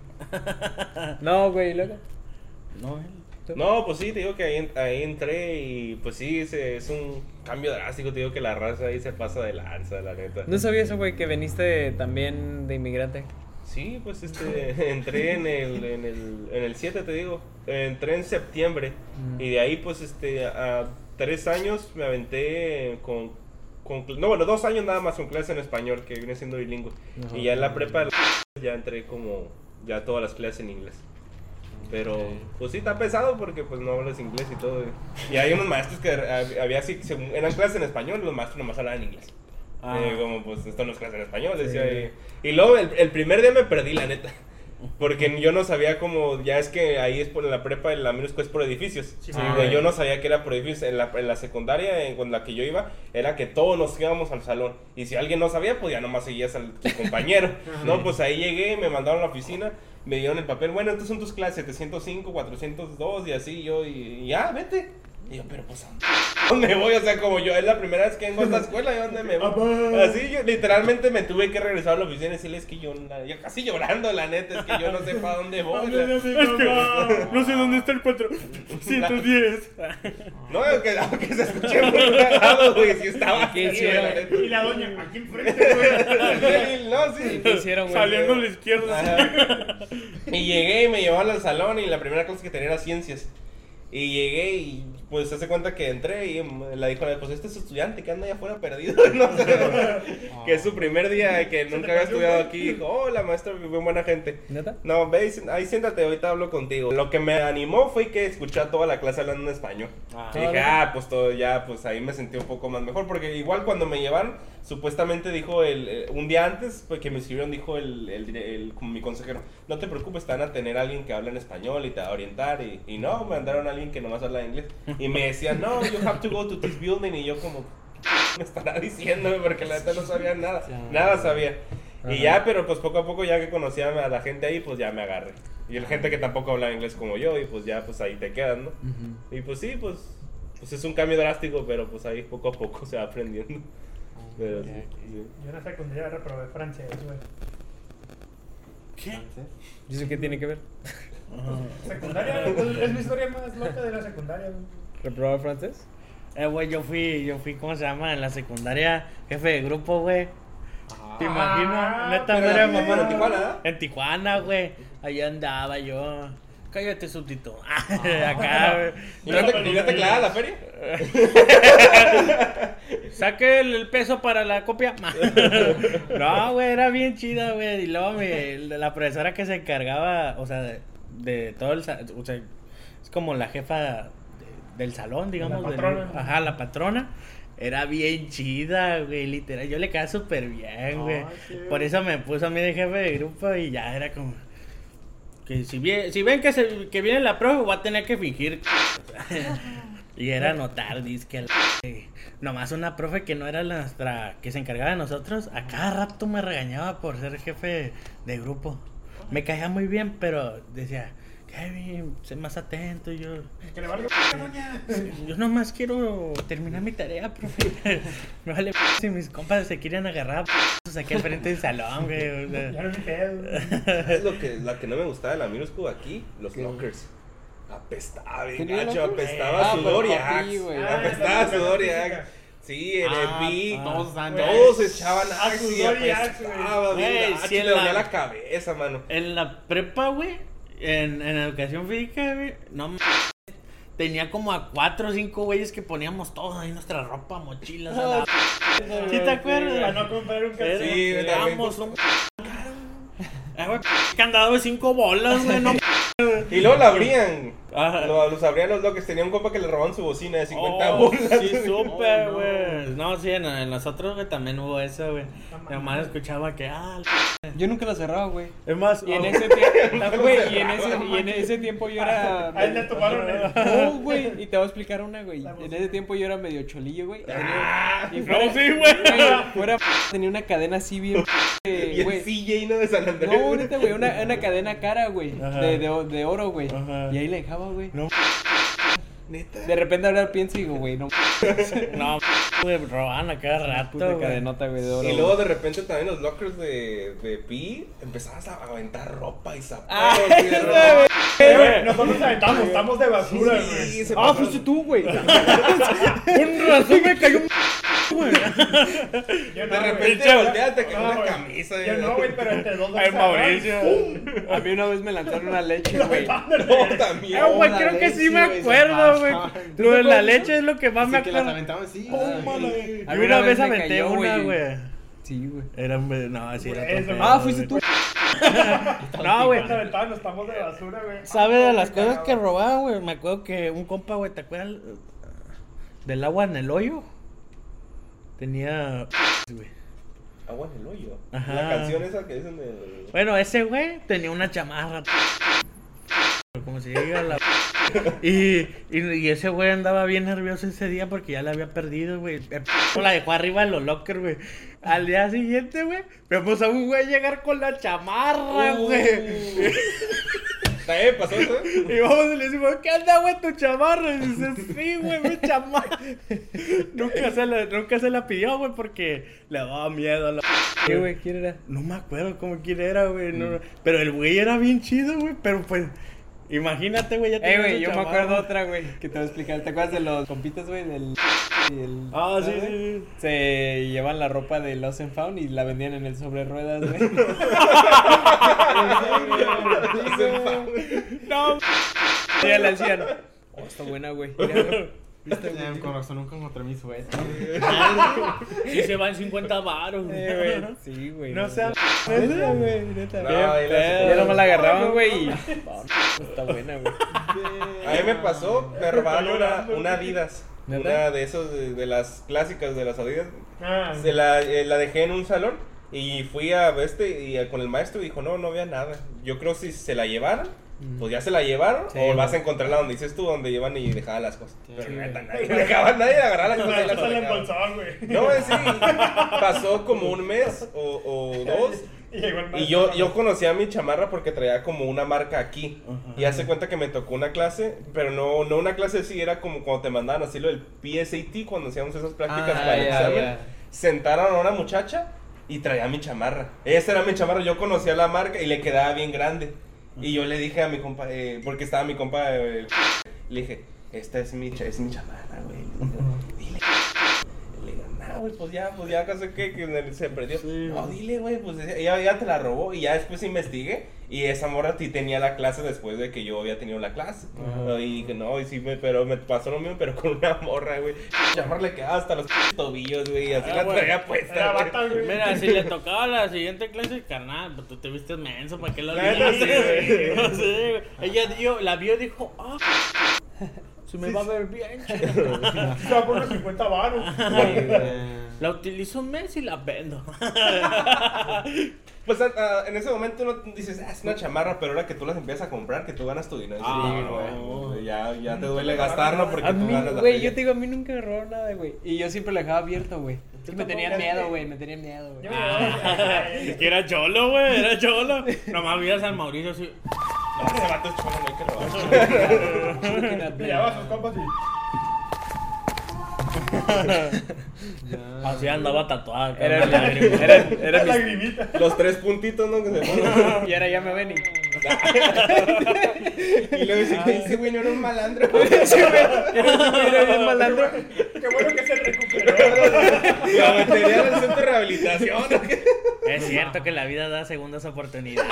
[SPEAKER 2] No, güey, luego.
[SPEAKER 4] No,
[SPEAKER 1] No, pues sí, te digo que ahí entré y pues sí, es un cambio drástico, te digo que la raza ahí se pasa de lanza, la neta.
[SPEAKER 2] No sabía eso, güey, que veniste también de inmigrante.
[SPEAKER 1] Sí, pues entré en el 7, te digo, entré en septiembre y de ahí pues a 3 años me aventé no, bueno, 2 años nada más con clases en español, que viene siendo bilingüe.
[SPEAKER 2] Ajá.
[SPEAKER 1] Y ya en la prepa ya entré como ya todas las clases en inglés. Pero, pues sí, está pesado porque pues no hablas inglés y todo. Y hay unos maestros que había así, eran clases en español y los maestros nomás hablaban inglés. Como, pues, esto no es clase en español, decía. Y luego, el primer día me perdí, la neta. Porque yo no sabía cómo, ya es que ahí es por la prepa, en la minúscula es por edificios.
[SPEAKER 3] Sí,
[SPEAKER 1] Yo no sabía que era por edificios. En la secundaria con la que yo iba, era que todos nos íbamos al salón. Y si alguien no sabía, pues ya nomás seguías al tu compañero. No, pues ahí llegué, me mandaron a la oficina, me dieron el papel. Bueno, estas son tus clases, 705, 402 y así. Y ya, vete. Y yo, pero pues, ¿a dónde voy? O sea, como yo, es la primera vez que vengo a esta escuela, ¿y dónde me voy? Así, yo literalmente me tuve que regresar a la oficina y decirles que yo casi llorando, la neta, es que yo no sé para dónde voy.
[SPEAKER 4] no sé dónde está el 410.
[SPEAKER 1] No, aunque se escuché muy cagado, güey, si estaba
[SPEAKER 2] ¿Qué
[SPEAKER 1] así,
[SPEAKER 2] hicieron?
[SPEAKER 1] la neta.
[SPEAKER 3] Y la doña, aquí enfrente, güey.
[SPEAKER 1] No, sí.
[SPEAKER 2] ¿Qué hicieron, güey?
[SPEAKER 4] Saliendo a la izquierda.
[SPEAKER 1] Ajá. Y llegué y me llevaron al salón y la primera clase que tenía era ciencias. Y llegué y pues se hace cuenta que entré y la dijo, pues este es estudiante que anda allá afuera perdido, no sé, que es su primer día, que nunca había estudiado aquí. Dijo, hola maestra, bien buena gente.
[SPEAKER 2] ¿Neta?
[SPEAKER 1] No, ve, ahí siéntate, ahorita hablo contigo. Lo que me animó fue que escuché a toda la clase hablando en español. Y dije, pues todo ya, pues ahí me sentí un poco más mejor, porque igual cuando me llevaron, supuestamente dijo un día antes pues, que me escribieron, dijo como mi consejero, no te preocupes, te van a tener a alguien que habla en español y te va a orientar. Y no, me mandaron a alguien que nomás habla inglés. Y me decían, no, you have to go to this building. Y yo como, me estará diciendo, porque la neta no sabía nada, nada sabía. Y ya, pero pues poco a poco ya que conocía a la gente ahí, pues ya me agarré. Y la gente que tampoco hablaba inglés como yo, y pues ya pues ahí te quedan, ¿no? Y pues sí, pues es un cambio drástico, pero pues ahí poco a poco se va aprendiendo. Pero sí.
[SPEAKER 3] Yo en la secundaria reprobé francés, güey.
[SPEAKER 4] ¿Qué?
[SPEAKER 2] ¿Y eso qué tiene que ver?
[SPEAKER 3] Secundaria, es mi historia más loca de la secundaria, güey.
[SPEAKER 2] ¿Reprobar francés?
[SPEAKER 4] Güey, yo fui, ¿cómo se llama? En la secundaria, jefe de grupo, güey. ¿Te imaginas? Neta,
[SPEAKER 1] pero
[SPEAKER 4] madre,
[SPEAKER 1] aquí,
[SPEAKER 4] mamá.
[SPEAKER 1] en Tijuana,
[SPEAKER 4] En Tijuana, güey. Allá andaba yo. Cállate, súbdito. Acá, güey.
[SPEAKER 1] ¿Y ya te clavaba la feria?
[SPEAKER 4] Saque el peso para la copia. No, güey, era bien chida, güey. Y luego la profesora que se encargaba, o sea, de todo el... O sea, es como la jefa del salón, digamos.
[SPEAKER 3] La patrona.
[SPEAKER 4] Ajá, la patrona. Era bien chida, güey, literal. Yo le quedaba súper bien, güey. Por eso me puso a mí de jefe de grupo y ya era como... Que si ven que viene la profe, voy a tener que fingir. Y era notar, disque. Nomás una profe que no era nuestra, que se encargaba de nosotros, a cada rato me regañaba por ser jefe de grupo. Me caía muy bien, pero decía, Kevin, sé más atento. Y yo,
[SPEAKER 3] Que le valga doña.
[SPEAKER 4] yo nomás quiero terminar mi tarea, profe. Me vale si mis compas se quieren agarrar aquí al frente del salón, güey. O sea.
[SPEAKER 3] Ya no es mi pedo.
[SPEAKER 1] Es la que no me gustaba de la minúscula aquí, los lockers. Apestaba bien
[SPEAKER 2] ¿Tenía
[SPEAKER 1] gacho,
[SPEAKER 2] lockers?
[SPEAKER 1] apestaba
[SPEAKER 2] Ah,
[SPEAKER 1] sudor y
[SPEAKER 2] por papi,
[SPEAKER 1] Axe.
[SPEAKER 2] güey.
[SPEAKER 1] Apestaba
[SPEAKER 3] Ah,
[SPEAKER 1] sudor y
[SPEAKER 3] física.
[SPEAKER 1] Axe. Sí, en el Pi,
[SPEAKER 3] güey.
[SPEAKER 1] todos echaban Axe y
[SPEAKER 3] sudor y Axe, güey.
[SPEAKER 1] apestaba bien
[SPEAKER 4] Güey,
[SPEAKER 1] gacho,
[SPEAKER 4] sí,
[SPEAKER 1] le
[SPEAKER 4] en la-
[SPEAKER 1] dolía la cabeza, mano.
[SPEAKER 4] En la prepa, güey, en educación física, güey, no mames, tenía como a 4 o 5 güeyes que poníamos todos ahí nuestra ropa, mochilas. A la... ¿Sí te acuerdas?
[SPEAKER 3] Para no comprar un calzón.
[SPEAKER 1] Sí, yo también.
[SPEAKER 4] Éramos un... güey, candado de 5 bolas, güey, no.
[SPEAKER 1] Y luego la abrían.
[SPEAKER 4] Ajá.
[SPEAKER 1] Los abrían los lockers. Tenía un compa que le robaban su bocina de 50
[SPEAKER 4] Oh,
[SPEAKER 1] bolas.
[SPEAKER 4] sí, supe,
[SPEAKER 3] Oh, no.
[SPEAKER 4] güey. No, sí, en nosotros, güey, también hubo eso, güey. Mi mamá escuchaba que,
[SPEAKER 2] Yo nunca la cerraba, güey.
[SPEAKER 4] es más,
[SPEAKER 2] Y en ese tiempo, güey, y en ese tiempo yo era...
[SPEAKER 3] Ahí le tomaron el.
[SPEAKER 2] No, güey, y te voy a explicar una, güey. En ese tiempo yo era medio cholillo, güey. Y fuera,
[SPEAKER 4] no, sí, güey.
[SPEAKER 2] fuera, tenía una cadena así bien,
[SPEAKER 1] Y el
[SPEAKER 2] güey.
[SPEAKER 1] CJ, ¿no? De San Andrés.
[SPEAKER 2] No, neta, güey, una cadena cara, güey,
[SPEAKER 4] Ajá.
[SPEAKER 2] de oro, güey.
[SPEAKER 4] Ajá.
[SPEAKER 2] Y ahí la dejaba, güey.
[SPEAKER 4] No.
[SPEAKER 1] Neta.
[SPEAKER 2] De repente ahora pienso y digo, güey, no,
[SPEAKER 4] no, güey, robaban a cada rato,
[SPEAKER 2] puta
[SPEAKER 4] güey.
[SPEAKER 2] cadenota, güey, de oro.
[SPEAKER 1] Y luego
[SPEAKER 2] güey.
[SPEAKER 1] de repente también los lockers de Pi empezabas a aventar ropa y zapatos.
[SPEAKER 2] Ah,
[SPEAKER 1] y de
[SPEAKER 2] ese,
[SPEAKER 1] ropa.
[SPEAKER 3] Güey, nosotros aventamos, estamos de basura, güey.
[SPEAKER 1] Sí, se
[SPEAKER 2] Ah,
[SPEAKER 1] pasaron.
[SPEAKER 2] fuiste tú, güey.
[SPEAKER 4] Un razón me cayó un güey.
[SPEAKER 3] Yo
[SPEAKER 1] De
[SPEAKER 3] no,
[SPEAKER 1] repente
[SPEAKER 3] güey.
[SPEAKER 1] volteas, te cae
[SPEAKER 3] No,
[SPEAKER 1] una
[SPEAKER 3] güey.
[SPEAKER 1] camisa.
[SPEAKER 3] Yo no, güey, pero entre dos.
[SPEAKER 4] Ay, Mauricio.
[SPEAKER 2] A mí una vez me lanzaron una leche, güey.
[SPEAKER 1] No, también.
[SPEAKER 4] Güey,
[SPEAKER 2] la
[SPEAKER 4] creo que sí
[SPEAKER 2] leche,
[SPEAKER 4] me
[SPEAKER 2] güey, se
[SPEAKER 4] acuerdo, güey.
[SPEAKER 5] pasaban.
[SPEAKER 4] Lo de la leche es lo que más me
[SPEAKER 5] Sí, que las
[SPEAKER 4] acuerdo.
[SPEAKER 5] aventaban así.
[SPEAKER 2] A
[SPEAKER 4] Yo
[SPEAKER 2] mí
[SPEAKER 4] una vez
[SPEAKER 2] me
[SPEAKER 4] aventé
[SPEAKER 2] cayó,
[SPEAKER 4] una,
[SPEAKER 2] güey.
[SPEAKER 4] güey.
[SPEAKER 2] Sí, güey.
[SPEAKER 4] Era un... No, sí, era
[SPEAKER 3] Eso,
[SPEAKER 4] todo
[SPEAKER 2] Ah,
[SPEAKER 4] feo,
[SPEAKER 2] fuiste
[SPEAKER 4] güey.
[SPEAKER 2] tú.
[SPEAKER 4] No, güey.
[SPEAKER 3] Esta ventana, estamos de basura, güey.
[SPEAKER 4] ¿Sabes de las
[SPEAKER 3] Ah,
[SPEAKER 4] cosas que
[SPEAKER 3] cagado.
[SPEAKER 4] robaban, güey? Me acuerdo que un compa, güey, ¿te acuerdas del agua en el hoyo? Tenía... güey.
[SPEAKER 1] Agua en el hoyo.
[SPEAKER 4] Ajá.
[SPEAKER 1] La canción esa que dicen de.
[SPEAKER 4] Bueno, ese güey tenía una chamarra. Como si diga la... Y ese güey andaba bien nervioso ese día porque ya la había perdido, güey. La dejó arriba en los lockers, güey. Al día siguiente, güey, vemos a un güey llegar con la chamarra, güey.
[SPEAKER 1] ¿También pasó eso?
[SPEAKER 4] Y vamos y le decimos, ¿qué anda, güey, tu chamarra? Y dice, sí, güey, mi chamarra. Nunca se la pidió, güey, porque le daba miedo a la...
[SPEAKER 2] ¿Qué, güey? ¿Quién era?
[SPEAKER 4] No me acuerdo cómo quién era, güey. No, pero el güey era bien chido, güey. Pero pues, imagínate, güey, ya tenía
[SPEAKER 2] Güey,
[SPEAKER 4] su
[SPEAKER 2] yo me
[SPEAKER 4] chamarra.
[SPEAKER 2] acuerdo otra, güey, que te voy a explicar. ¿Te acuerdas de los compitas, güey?
[SPEAKER 4] Ah, sí,
[SPEAKER 2] ¿sabes?
[SPEAKER 4] sí, sí.
[SPEAKER 2] Se llevan la ropa de Lost and Found y la vendían en el sobre ruedas, güey. No, y ya le decían, oh, está buena, güey. Mira, güey. ¿Viste, güey?
[SPEAKER 5] Con razón nunca encontré mi suéter.
[SPEAKER 4] Sí se van 50 varos,
[SPEAKER 2] Güey, sí, güey.
[SPEAKER 4] No seas...
[SPEAKER 2] Neta, güey, neta.
[SPEAKER 1] No,
[SPEAKER 2] Bien
[SPEAKER 1] ahí la-
[SPEAKER 2] pedo. Ya nomás la agarraban, güey, y... Está buena, güey.
[SPEAKER 1] A mí me pasó, me robaron
[SPEAKER 3] Está llorando.
[SPEAKER 1] una Adidas.
[SPEAKER 2] ¿Neta?
[SPEAKER 1] Una de esos, de las clásicas de las Adidas.
[SPEAKER 3] Ah,
[SPEAKER 1] Se la dejé en un salón y fui a con el maestro y dijo, no había nada. Yo creo si se la llevaron, pues ya se la llevaron,
[SPEAKER 2] Sí,
[SPEAKER 1] o
[SPEAKER 2] güey.
[SPEAKER 1] vas a encontrarla donde dices tú, donde llevan y dejaban las cosas. Pero
[SPEAKER 2] Sí,
[SPEAKER 1] neta,
[SPEAKER 2] güey.
[SPEAKER 1] nadie dejaba, nadie agarraba las
[SPEAKER 3] la
[SPEAKER 1] cosas y las
[SPEAKER 3] neta se la
[SPEAKER 1] dejaba.
[SPEAKER 3] embolsaban, güey.
[SPEAKER 1] No, sí, pasó como un mes o dos.
[SPEAKER 3] Y llegó el
[SPEAKER 1] Y
[SPEAKER 3] maestro.
[SPEAKER 1] yo conocía mi chamarra porque traía como una marca aquí.
[SPEAKER 4] Ajá.
[SPEAKER 1] Y hace cuenta que me tocó una clase, pero no una clase así, era como cuando te mandaban así lo del PSAT, cuando hacíamos esas prácticas
[SPEAKER 2] Ah,
[SPEAKER 1] para el
[SPEAKER 2] ya,
[SPEAKER 1] examen.
[SPEAKER 2] ya.
[SPEAKER 1] Sentaron a una muchacha y traía mi chamarra. Esa era mi chamarra, yo conocía la marca y le quedaba bien grande. Y yo le dije a mi compa, porque estaba mi compa, le dije, esta es mi chamarra, güey. Dile. Le digo, no, güey, pues ya casi que se perdió.
[SPEAKER 4] Sí,
[SPEAKER 1] No,
[SPEAKER 4] güey.
[SPEAKER 1] dile, güey, pues ella te la robó. Y ya después investigué. Y esa morra sí tenía la clase después de que yo había tenido la clase.
[SPEAKER 4] Ajá.
[SPEAKER 1] Y dije, no, y sí, pero me pasó lo mismo, pero con una morra, güey. La morra le quedaba hasta los tobillos, güey. Así
[SPEAKER 4] Ah,
[SPEAKER 1] la
[SPEAKER 4] güey.
[SPEAKER 1] traía puesta,
[SPEAKER 3] Era
[SPEAKER 1] güey.
[SPEAKER 3] bata, güey.
[SPEAKER 4] Mira, si le tocaba la siguiente clase, carnal, pues tú te viste menso, ¿para qué lo
[SPEAKER 1] Neta,
[SPEAKER 4] dices?
[SPEAKER 1] sí, güey.
[SPEAKER 4] No sé, güey. Ella la vio y dijo, ah, se me va a ver bien, chido.
[SPEAKER 3] Se va por unos 50 varos.
[SPEAKER 4] La utilizo un mes y la vendo.
[SPEAKER 1] Pues en ese momento no dices, es una chamarra, pero ahora que tú las empiezas a comprar, que tú ganas tu dinero.
[SPEAKER 4] Ah,
[SPEAKER 1] dices,
[SPEAKER 4] no.
[SPEAKER 1] güey, ya te duele gastarlo porque
[SPEAKER 2] A
[SPEAKER 1] tú
[SPEAKER 2] mí,
[SPEAKER 1] ganas la
[SPEAKER 2] güey,
[SPEAKER 1] feria.
[SPEAKER 2] yo te digo, a mí nunca me robaron nada, güey. Y yo siempre lo dejaba abierto, güey. Es que me tenían miedo, güey, me tenían miedo, güey.
[SPEAKER 4] Es que era cholo, güey, era cholo. Nomás vi a San Mauricio así.
[SPEAKER 1] No, ese vato es cholo, no hay que robar.
[SPEAKER 3] Le llevaba a sus compas y.
[SPEAKER 4] Así andaba tatuada.
[SPEAKER 2] Era
[SPEAKER 4] lágrima.
[SPEAKER 2] era mis...
[SPEAKER 3] Lagrimita.
[SPEAKER 1] Los 3 puntitos, ¿no? Que se ponen.
[SPEAKER 2] Y ahora ya me ven y...
[SPEAKER 1] Y luego dice que ese güey no era un malandro.
[SPEAKER 2] Era bien malandro.
[SPEAKER 3] Qué bueno que se recuperó.
[SPEAKER 1] La metería en el centro de rehabilitación.
[SPEAKER 4] Es cierto que la vida da segundas oportunidades.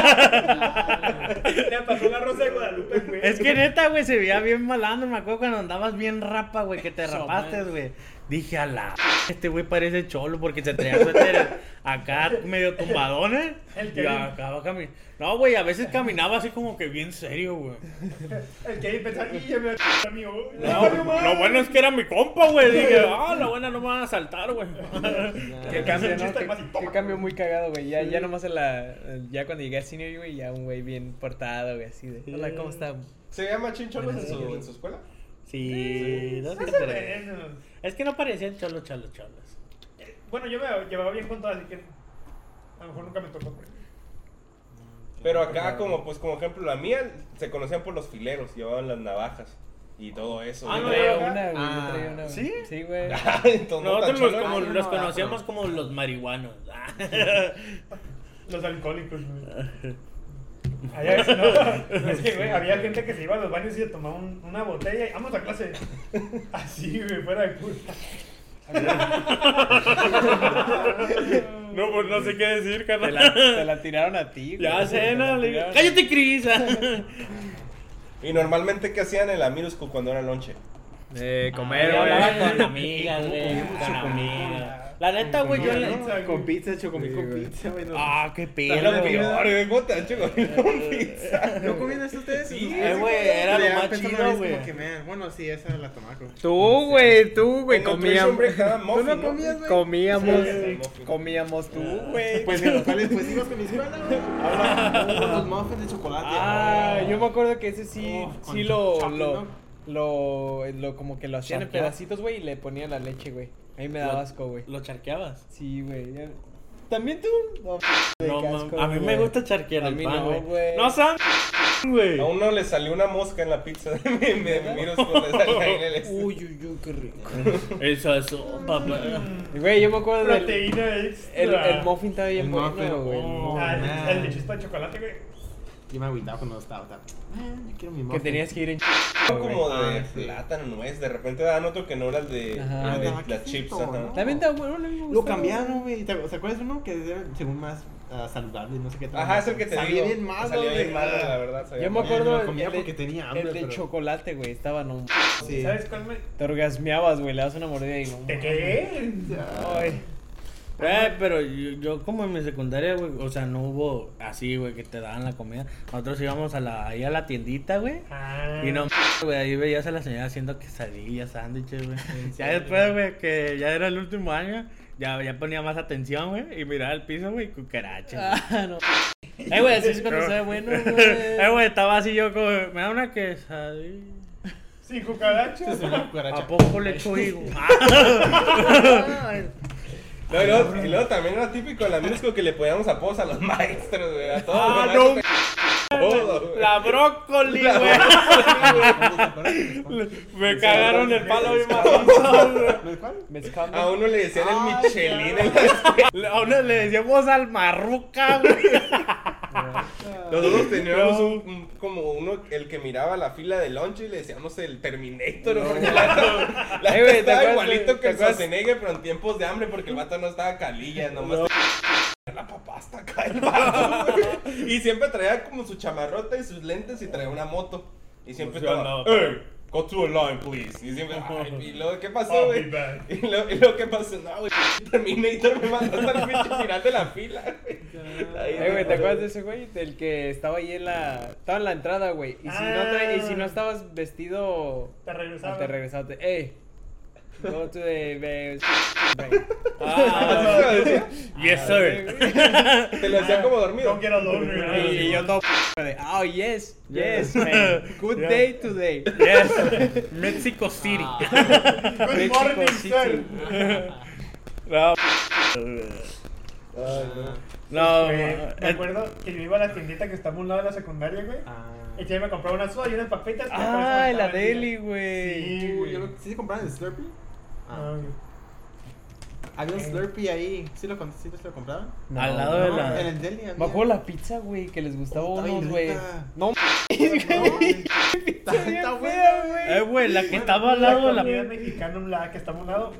[SPEAKER 3] Le pasó la Rosa de Guadalupe, güey.
[SPEAKER 4] Es que neta, güey, se veía bien malandro. Me acuerdo cuando andabas bien rapa, güey, que te rapaste, güey. Dije, este güey parece cholo porque se traía suéter acá medio tumbadones.
[SPEAKER 3] El
[SPEAKER 4] Y
[SPEAKER 3] que
[SPEAKER 4] acá va caminando. No, güey, a veces caminaba así como que bien serio, güey.
[SPEAKER 3] el que ahí pensaba, y ya me amigo.
[SPEAKER 4] Lo bueno es que era mi compa, güey. Dije, la buena no me van a saltar, güey.
[SPEAKER 2] Qué cambio, ¿no?
[SPEAKER 3] Chiste más y
[SPEAKER 2] Qué
[SPEAKER 3] toma.
[SPEAKER 2] cambio muy cagado, güey. Ya nomás ya cuando llegué a senior, güey, ya un güey bien portado, güey, así de, hola, ¿cómo está?
[SPEAKER 1] ¿Se llama chincholos en su escuela?
[SPEAKER 4] Sí, no sé
[SPEAKER 3] Más
[SPEAKER 4] qué
[SPEAKER 3] o
[SPEAKER 4] te-
[SPEAKER 3] menos.
[SPEAKER 4] Es que no parecían cholos.
[SPEAKER 3] Bueno, yo me llevaba bien con todas, así que a lo mejor nunca me tocó.
[SPEAKER 1] Pero acá, como ejemplo, la mía, se conocían por los fileros, llevaban las navajas y todo eso.
[SPEAKER 4] Ah,
[SPEAKER 1] Yo
[SPEAKER 4] no,
[SPEAKER 1] traía
[SPEAKER 2] Traía
[SPEAKER 1] una.
[SPEAKER 2] una, güey,
[SPEAKER 5] Ah,
[SPEAKER 2] yo traía una, güey.
[SPEAKER 4] ¿sí?
[SPEAKER 2] Sí, güey.
[SPEAKER 1] Entonces, no tan
[SPEAKER 4] Nosotros
[SPEAKER 1] cholo.
[SPEAKER 4] los
[SPEAKER 5] no,
[SPEAKER 4] conocíamos como los marihuanos.
[SPEAKER 3] Los alcohólicos, güey. Allá es, no, es que, güey, había gente que se iba a los baños y se tomaba una botella y vamos a clase. Así, güey, fuera de puta.
[SPEAKER 4] No, pues no sé qué decir,
[SPEAKER 2] Te
[SPEAKER 4] carnal.
[SPEAKER 2] te la tiraron a ti, güey.
[SPEAKER 4] Ya sé,
[SPEAKER 2] Te la
[SPEAKER 4] no, le digo,
[SPEAKER 2] tiraron.
[SPEAKER 4] cállate, Cris.
[SPEAKER 1] Y normalmente, ¿qué hacían en la middle school cuando era lonche?
[SPEAKER 2] Comer,
[SPEAKER 4] Yo hablaba
[SPEAKER 2] güey.
[SPEAKER 4] con amigas, güey. Con amigas. La neta, güey, yo le.
[SPEAKER 5] Con pizza, chocomí con pizza, güey.
[SPEAKER 4] Qué
[SPEAKER 1] Es
[SPEAKER 4] pedo,
[SPEAKER 1] lo
[SPEAKER 4] güey.
[SPEAKER 1] peor, güey. ¿Cómo te han hecho con pizza?
[SPEAKER 5] ¿No comían eso ustedes?
[SPEAKER 1] Sí,
[SPEAKER 4] güey, era lo
[SPEAKER 5] Ya
[SPEAKER 4] más
[SPEAKER 5] pensando
[SPEAKER 4] chido,
[SPEAKER 5] es
[SPEAKER 4] güey.
[SPEAKER 5] como que, man, bueno, sí, esa la tomaco.
[SPEAKER 2] Tú, güey,
[SPEAKER 1] En Nutrition Break te daban muffin,
[SPEAKER 5] ¿Tú no
[SPEAKER 1] ¿no?
[SPEAKER 5] comías, güey?
[SPEAKER 2] Comíamos,
[SPEAKER 1] Sí.
[SPEAKER 2] comíamos tú, güey.
[SPEAKER 5] Pues en los cuales, pues ibas con mi escuela, güey. Con los muffins de chocolate.
[SPEAKER 2] Yo me acuerdo que ese sí,
[SPEAKER 5] con
[SPEAKER 2] sí
[SPEAKER 5] chocolate,
[SPEAKER 2] lo como que lo hacían en
[SPEAKER 4] ¿Charqueaba?
[SPEAKER 2] pedacitos, güey, y le ponían la leche, güey. A mí me daba asco, güey.
[SPEAKER 4] ¿Lo charqueabas?
[SPEAKER 2] Sí, güey. ¿También tú? No,
[SPEAKER 4] No,
[SPEAKER 2] qué
[SPEAKER 4] mam,
[SPEAKER 2] asco,
[SPEAKER 4] a mí me
[SPEAKER 2] güey.
[SPEAKER 4] gusta charquear
[SPEAKER 2] A
[SPEAKER 4] el
[SPEAKER 2] mí
[SPEAKER 4] pan,
[SPEAKER 2] no,
[SPEAKER 4] güey.
[SPEAKER 2] güey.
[SPEAKER 4] No saben, güey.
[SPEAKER 1] A uno le salió una mosca en la pizza de middle school. Le salió ahí en el
[SPEAKER 2] Uy, qué rico.
[SPEAKER 4] Eso es papá.
[SPEAKER 2] Güey, yo me acuerdo del...
[SPEAKER 3] Proteína extra.
[SPEAKER 2] El muffin estaba bien
[SPEAKER 5] El
[SPEAKER 2] bueno,
[SPEAKER 5] muffin,
[SPEAKER 2] güey.
[SPEAKER 5] oh.
[SPEAKER 3] El de chispa de chocolate, güey.
[SPEAKER 5] Yo me agüitaba cuando estaba. Yo quiero mi muffin.
[SPEAKER 2] Que tenías que ir en
[SPEAKER 1] como de
[SPEAKER 5] Ah, sí.
[SPEAKER 1] plátano, nuez. De repente daban otro que no era el de,
[SPEAKER 2] Ajá.
[SPEAKER 1] el de
[SPEAKER 5] Ah,
[SPEAKER 1] las
[SPEAKER 5] qué
[SPEAKER 1] chips.
[SPEAKER 5] rico,
[SPEAKER 1] Ajá.
[SPEAKER 5] ¿no?
[SPEAKER 2] También está bueno, no me
[SPEAKER 5] Lo
[SPEAKER 2] gustaba,
[SPEAKER 5] cambiaron, güey. ¿Te acuerdas uno que era, según más saludable? No sé qué tal.
[SPEAKER 1] Ajá, es el que te
[SPEAKER 5] Salía
[SPEAKER 1] digo.
[SPEAKER 5] bien malo,
[SPEAKER 1] Salía bien
[SPEAKER 5] güey.
[SPEAKER 1] malo, la verdad. sabía
[SPEAKER 2] Yo me
[SPEAKER 1] mal.
[SPEAKER 2] acuerdo
[SPEAKER 5] lo comía
[SPEAKER 2] el de-
[SPEAKER 5] porque tenía hambre,
[SPEAKER 2] el de
[SPEAKER 5] pero-
[SPEAKER 2] chocolate, güey, estaba no...
[SPEAKER 5] Sí.
[SPEAKER 3] ¿Sabes cuál me...?
[SPEAKER 2] Te orgasmeabas, güey, le das una mordida y no...
[SPEAKER 3] ¿De qué?
[SPEAKER 2] Ay.
[SPEAKER 4] Pero yo como en mi secundaria, güey, o sea, no hubo así, güey, que te daban la comida. Nosotros íbamos ahí a la tiendita, güey.
[SPEAKER 3] Ah.
[SPEAKER 4] Y no, güey, ahí veías a la señora haciendo quesadillas, sándwiches, güey. Ya después, güey, que ya era el último año, ya ponía más atención, güey, y miraba el piso, güey, cucarachas.
[SPEAKER 2] Ah, no. Güey, así es cuando sabe bueno, güey.
[SPEAKER 4] Güey, estaba así yo como, me da una quesadilla.
[SPEAKER 3] Sin cucarachas.
[SPEAKER 4] ¿A poco le echo higo?
[SPEAKER 1] No, y luego también era típico en la middle school que le poníamos apodos a los maestros, güey. A todos
[SPEAKER 4] Ah,
[SPEAKER 1] los
[SPEAKER 4] no,
[SPEAKER 1] maestros. Todo, güey.
[SPEAKER 4] La brócoli,
[SPEAKER 1] La
[SPEAKER 4] güey. Me cagaron el palo bien macizo, güey.
[SPEAKER 5] ¿Cuál?
[SPEAKER 2] Mezcal.
[SPEAKER 1] A uno le decían el
[SPEAKER 5] Ay,
[SPEAKER 1] Michelin en la escuela.
[SPEAKER 4] A uno le decíamos al marruca, güey.
[SPEAKER 1] Nosotros teníamos como uno, el que miraba la fila de lunch y le decíamos el Terminator. Porque la
[SPEAKER 2] güey, ¿te
[SPEAKER 1] estaba
[SPEAKER 2] acuerdas
[SPEAKER 1] igualito que
[SPEAKER 2] te
[SPEAKER 1] el
[SPEAKER 2] acuerdas?
[SPEAKER 1] Schwarzenegger, pero en tiempos de hambre porque el vato no estaba calilla, nomás la papá hasta acá el vato, güey. Y siempre traía como su chamarrota y sus lentes y traía una moto. Y siempre
[SPEAKER 4] Pues yo
[SPEAKER 1] estaba,
[SPEAKER 4] andaba-
[SPEAKER 1] hey, go to a line, please. Y siempre, ay, y luego, ¿qué pasó,
[SPEAKER 3] I'll
[SPEAKER 1] güey?
[SPEAKER 3] be back.
[SPEAKER 1] Y luego, ¿qué pasó? No, güey, Terminator me mandó hasta el pinche final de la fila, güey.
[SPEAKER 2] Güey, ¿te acuerdas de ese güey? Del que estaba ahí estaba en la entrada, güey. Y si no estabas vestido...
[SPEAKER 3] Te regresaba.
[SPEAKER 2] Te regresaste. Ey. Go to the... break.
[SPEAKER 1] ¿Así se lo decía?
[SPEAKER 4] Yes, sir.
[SPEAKER 1] Te lo decía como dormido.
[SPEAKER 3] Don't get alone,
[SPEAKER 2] Y yo todo... de, oh, yes, man. Good day today.
[SPEAKER 4] Yes. Mexico City.
[SPEAKER 3] Good
[SPEAKER 2] Mexico
[SPEAKER 3] morning,
[SPEAKER 2] City.
[SPEAKER 3] sir.
[SPEAKER 4] No, no,
[SPEAKER 3] Me acuerdo que yo iba a la tiendita que estaba a un lado de la secundaria, güey. Y que me compraba una soda y unas papitas. que por eso
[SPEAKER 2] Ah,
[SPEAKER 3] estaba
[SPEAKER 2] la
[SPEAKER 3] el día.
[SPEAKER 2] deli, güey.
[SPEAKER 3] Sí, güey.
[SPEAKER 5] ¿Sí se compraban el Slurpee?
[SPEAKER 3] Ah, güey.
[SPEAKER 5] Había un Slurpee ahí. ¿Sí lo compraban?
[SPEAKER 2] No,
[SPEAKER 4] Al lado de la...
[SPEAKER 5] En el deli había.
[SPEAKER 2] Me acuerdo la pizza, güey, que les gustaba a
[SPEAKER 5] Está bien
[SPEAKER 2] unos, güey.
[SPEAKER 5] rica.
[SPEAKER 2] No,
[SPEAKER 5] Está buena, güey.
[SPEAKER 4] güey, la que estaba al lado de
[SPEAKER 3] La comida
[SPEAKER 4] la...
[SPEAKER 3] mexicana, la que estaba a un lado.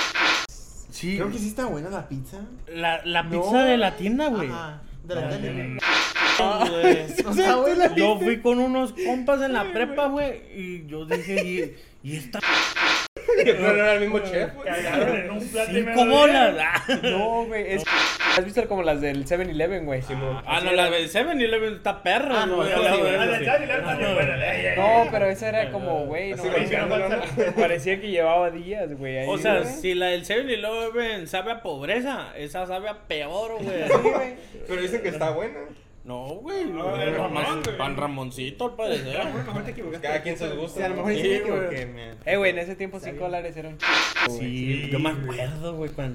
[SPEAKER 4] Sí,
[SPEAKER 5] Creo que sí está buena la pizza.
[SPEAKER 4] la pizza de la tienda, güey.
[SPEAKER 5] Ajá. De la deli.
[SPEAKER 4] Güey.
[SPEAKER 5] No está buena.
[SPEAKER 4] Yo fui con unos compas en la prepa, güey, y yo dije, ¿y esta
[SPEAKER 1] Pero no era el mismo chef, güey.
[SPEAKER 3] Cagaron en un plato y me
[SPEAKER 4] 5
[SPEAKER 3] lo
[SPEAKER 4] bolas?
[SPEAKER 3] dieron.
[SPEAKER 2] no, güey. ¿Has visto como las del 7-Eleven, güey?
[SPEAKER 4] Ah, no, la del 7-Eleven está perra,
[SPEAKER 5] Ah, no,
[SPEAKER 4] güey.
[SPEAKER 5] sí,
[SPEAKER 4] al lado
[SPEAKER 5] güey.
[SPEAKER 4] de
[SPEAKER 3] Ah,
[SPEAKER 4] eso,
[SPEAKER 3] la
[SPEAKER 4] sí.
[SPEAKER 3] Charlie, la también buena.
[SPEAKER 2] No, pero esa era como, güey, no,
[SPEAKER 1] Así golpeándolo, ¿no?
[SPEAKER 2] parecía que llevaba días, güey. Ahí,
[SPEAKER 4] O sea,
[SPEAKER 2] güey.
[SPEAKER 4] si la del 7-Eleven sabe a pobreza, esa sabe a peor, güey.
[SPEAKER 2] Sí, güey.
[SPEAKER 1] Pero dicen que está buena.
[SPEAKER 4] No, güey.
[SPEAKER 3] No,
[SPEAKER 4] No,
[SPEAKER 3] Ramón,
[SPEAKER 4] más
[SPEAKER 3] güey.
[SPEAKER 4] pan Ramoncito, al parecer.
[SPEAKER 3] Mejor te equivocaste.
[SPEAKER 1] Cada quien sus
[SPEAKER 5] Sí,
[SPEAKER 1] gustos.
[SPEAKER 5] a lo mejor sí
[SPEAKER 4] Sí,
[SPEAKER 5] me
[SPEAKER 4] güey.
[SPEAKER 5] equivoqué, man.
[SPEAKER 2] Güey, en ese tiempo $5 era un
[SPEAKER 4] Sí, yo me acuerdo, güey, cuando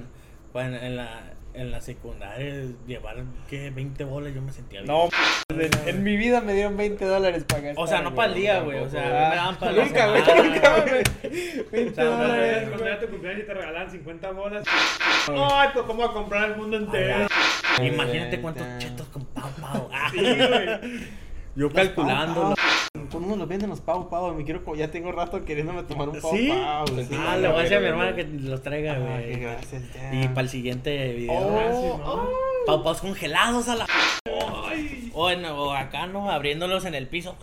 [SPEAKER 4] en la secundaria llevar, ¿qué? 20 bolas, yo me sentía bien.
[SPEAKER 2] No, en mi vida me dieron $20 para gastar.
[SPEAKER 4] O sea, no para el día, güey. O sea, a mí me daban para la
[SPEAKER 2] Nunca, güey,
[SPEAKER 4] semana.
[SPEAKER 2] nunca, güey. $20,
[SPEAKER 3] Cuando
[SPEAKER 2] güey.
[SPEAKER 3] era tu cumpleaños y te regalaban 50 bolas. Ay, pues vamos a comprar el mundo entero.
[SPEAKER 4] Imagínate cuántos chetos con pau.
[SPEAKER 3] Sí, güey.
[SPEAKER 4] Yo calculando.
[SPEAKER 5] ¿Cómo nos venden los pau? Me quiero, ya tengo rato queriéndome tomar un pau.
[SPEAKER 4] ¿Sí?
[SPEAKER 5] Sí.
[SPEAKER 4] Ah, le voy a decir a mi hermana que los traiga,
[SPEAKER 5] Ah,
[SPEAKER 4] güey.
[SPEAKER 5] qué gracias, ya.
[SPEAKER 4] Y para el siguiente video.
[SPEAKER 3] Oh,
[SPEAKER 4] Pau congelados a la. O acá, ¿no? Abriéndolos en el piso.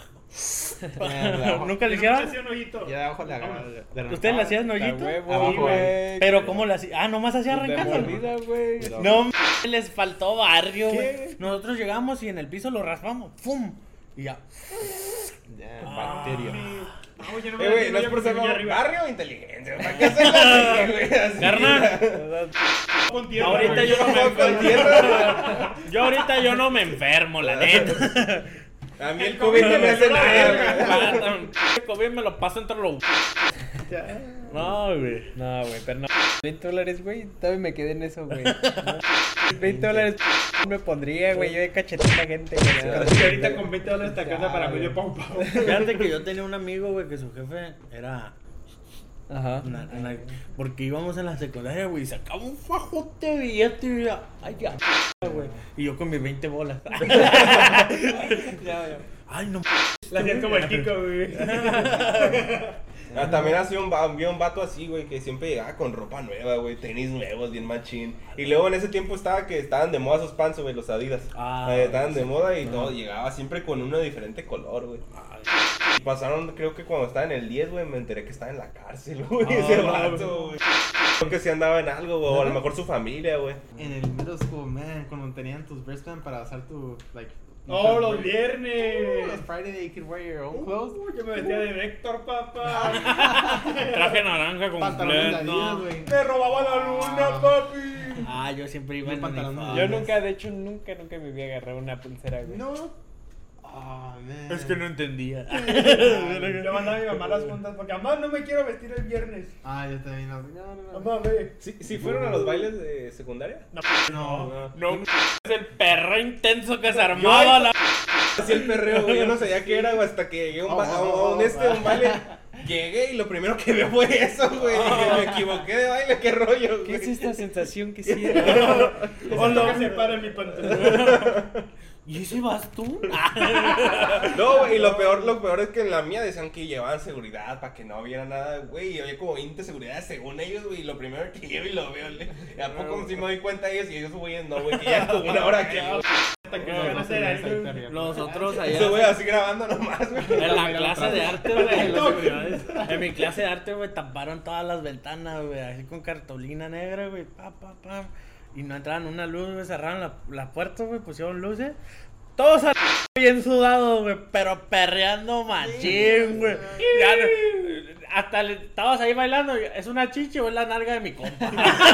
[SPEAKER 4] ¿Nunca le hicieron?
[SPEAKER 3] hacía un hoyito.
[SPEAKER 5] Ya abajo la
[SPEAKER 4] ¿Ustedes le hacían
[SPEAKER 2] A
[SPEAKER 4] hoyito?
[SPEAKER 2] huevo,
[SPEAKER 5] Abajo,
[SPEAKER 2] güey.
[SPEAKER 4] Pero ¿cómo le hacían? Ah, nomás hacía
[SPEAKER 2] De
[SPEAKER 4] arrancando.
[SPEAKER 2] mordida, güey.
[SPEAKER 4] No, les faltó barrio,
[SPEAKER 2] ¿Qué?
[SPEAKER 4] güey. Nosotros llegamos y en el piso lo raspamos. ¡Pum! Y ya.
[SPEAKER 5] Bacteria.
[SPEAKER 3] No, yo no
[SPEAKER 1] Güey, no es por ser
[SPEAKER 3] arriba.
[SPEAKER 1] barrio o inteligencia. ¿Para qué hacerlo así, güey? Así.
[SPEAKER 4] Carnal,
[SPEAKER 3] Con tierra,
[SPEAKER 4] ahorita
[SPEAKER 3] güey.
[SPEAKER 4] yo no me
[SPEAKER 1] Con tierra.
[SPEAKER 4] yo no me enfermo, la neta.
[SPEAKER 1] A mí el COVID no me hace nada.
[SPEAKER 4] El COVID me lo paso entre los. No, güey.
[SPEAKER 2] No, güey, pero no. $20, güey. Todavía me quedé en eso, güey. No. $20 me pondría, güey. Yo de cachetita gente, güey.
[SPEAKER 3] Así que ahorita con $20 te alcanza para medio pau.
[SPEAKER 4] Fíjate que yo tenía un amigo, güey, que su jefe era.
[SPEAKER 2] Ajá.
[SPEAKER 4] Porque íbamos en la secundaria, güey, y sacaba un fajote de billete y ya. Ay, ya, güey. Y yo con mis 20 bolas. Ay, no.
[SPEAKER 3] La hacías como el Kiko, güey.
[SPEAKER 1] Ah, también había un vato así, güey, que siempre llegaba con ropa nueva, güey, tenis nuevos, bien machín. Y luego en ese tiempo estaban de moda esos pants, güey, los Adidas. Estaban de moda y todo, llegaba siempre con uno de diferente color, güey. Y pasaron, creo que cuando estaba en el 10, güey, me enteré que estaba en la cárcel, güey, ese vato, güey. Creo que sí andaba en algo, güey, o a lo mejor su familia, güey.
[SPEAKER 5] En el middle school, man, cuando tenían tus wristbands para hacer tu, like...
[SPEAKER 3] Oh, los
[SPEAKER 5] Los
[SPEAKER 3] viernes.
[SPEAKER 5] Friday that you could wear your own clothes.
[SPEAKER 3] Yo me vestía de Vector, papá.
[SPEAKER 4] Traje naranja
[SPEAKER 5] Pantalones de Adidas,
[SPEAKER 4] completo.
[SPEAKER 5] güey.
[SPEAKER 3] Me robaba la luna, papi.
[SPEAKER 4] Ah, yo siempre iba
[SPEAKER 5] Yo
[SPEAKER 4] en
[SPEAKER 5] pantalón
[SPEAKER 4] uniforme.
[SPEAKER 2] Yo nunca, de hecho, nunca me vi a agarrar una pulsera, güey.
[SPEAKER 5] No. Ah, man.
[SPEAKER 4] Es que no entendía.
[SPEAKER 3] Yo mandaba a mi mamá las juntas porque mamá no me quiero vestir el viernes.
[SPEAKER 5] Ah, yo también. No.
[SPEAKER 3] Mamá, ve.
[SPEAKER 1] ¿Sí fueron a los bailes de secundaria?
[SPEAKER 5] No.
[SPEAKER 4] No, es el perro intenso que se armaba la.
[SPEAKER 1] Así el perreo, güey, yo no sabía qué era, güey, hasta que llegué a un baile. Llegué y lo primero que veo fue eso, güey. Dije, me equivoqué de baile, qué rollo, güey.
[SPEAKER 2] ¿Qué es esta sensación que siento?
[SPEAKER 3] Siento que se para en mi pantalón.
[SPEAKER 4] ¿Y ese vas tú?
[SPEAKER 1] No, güey, y lo peor es que en la mía decían que llevaban seguridad para que no hubiera nada, güey. Y había como 20 seguridades según ellos, güey. Y lo primero que llevo y lo veo, y a poco sí me doy cuenta de ellos y ellos, güey, no, güey, que ya como una hora que
[SPEAKER 3] Hasta que se van a hacer algo.
[SPEAKER 4] Nosotros
[SPEAKER 1] ese
[SPEAKER 4] allá.
[SPEAKER 1] güey así grabando nomás, güey.
[SPEAKER 4] En la clase de arte, güey. En mi clase de arte, güey, taparon todas las ventanas, güey, así con cartulina negra, güey, pam. Y no entraban una luz, güey, cerraron la puerta, güey, pusieron luces. Todos bien sudados, güey, pero perreando machín, güey. Ya hasta estabas ahí bailando, ¿es una chichi o es la nalga de mi compa?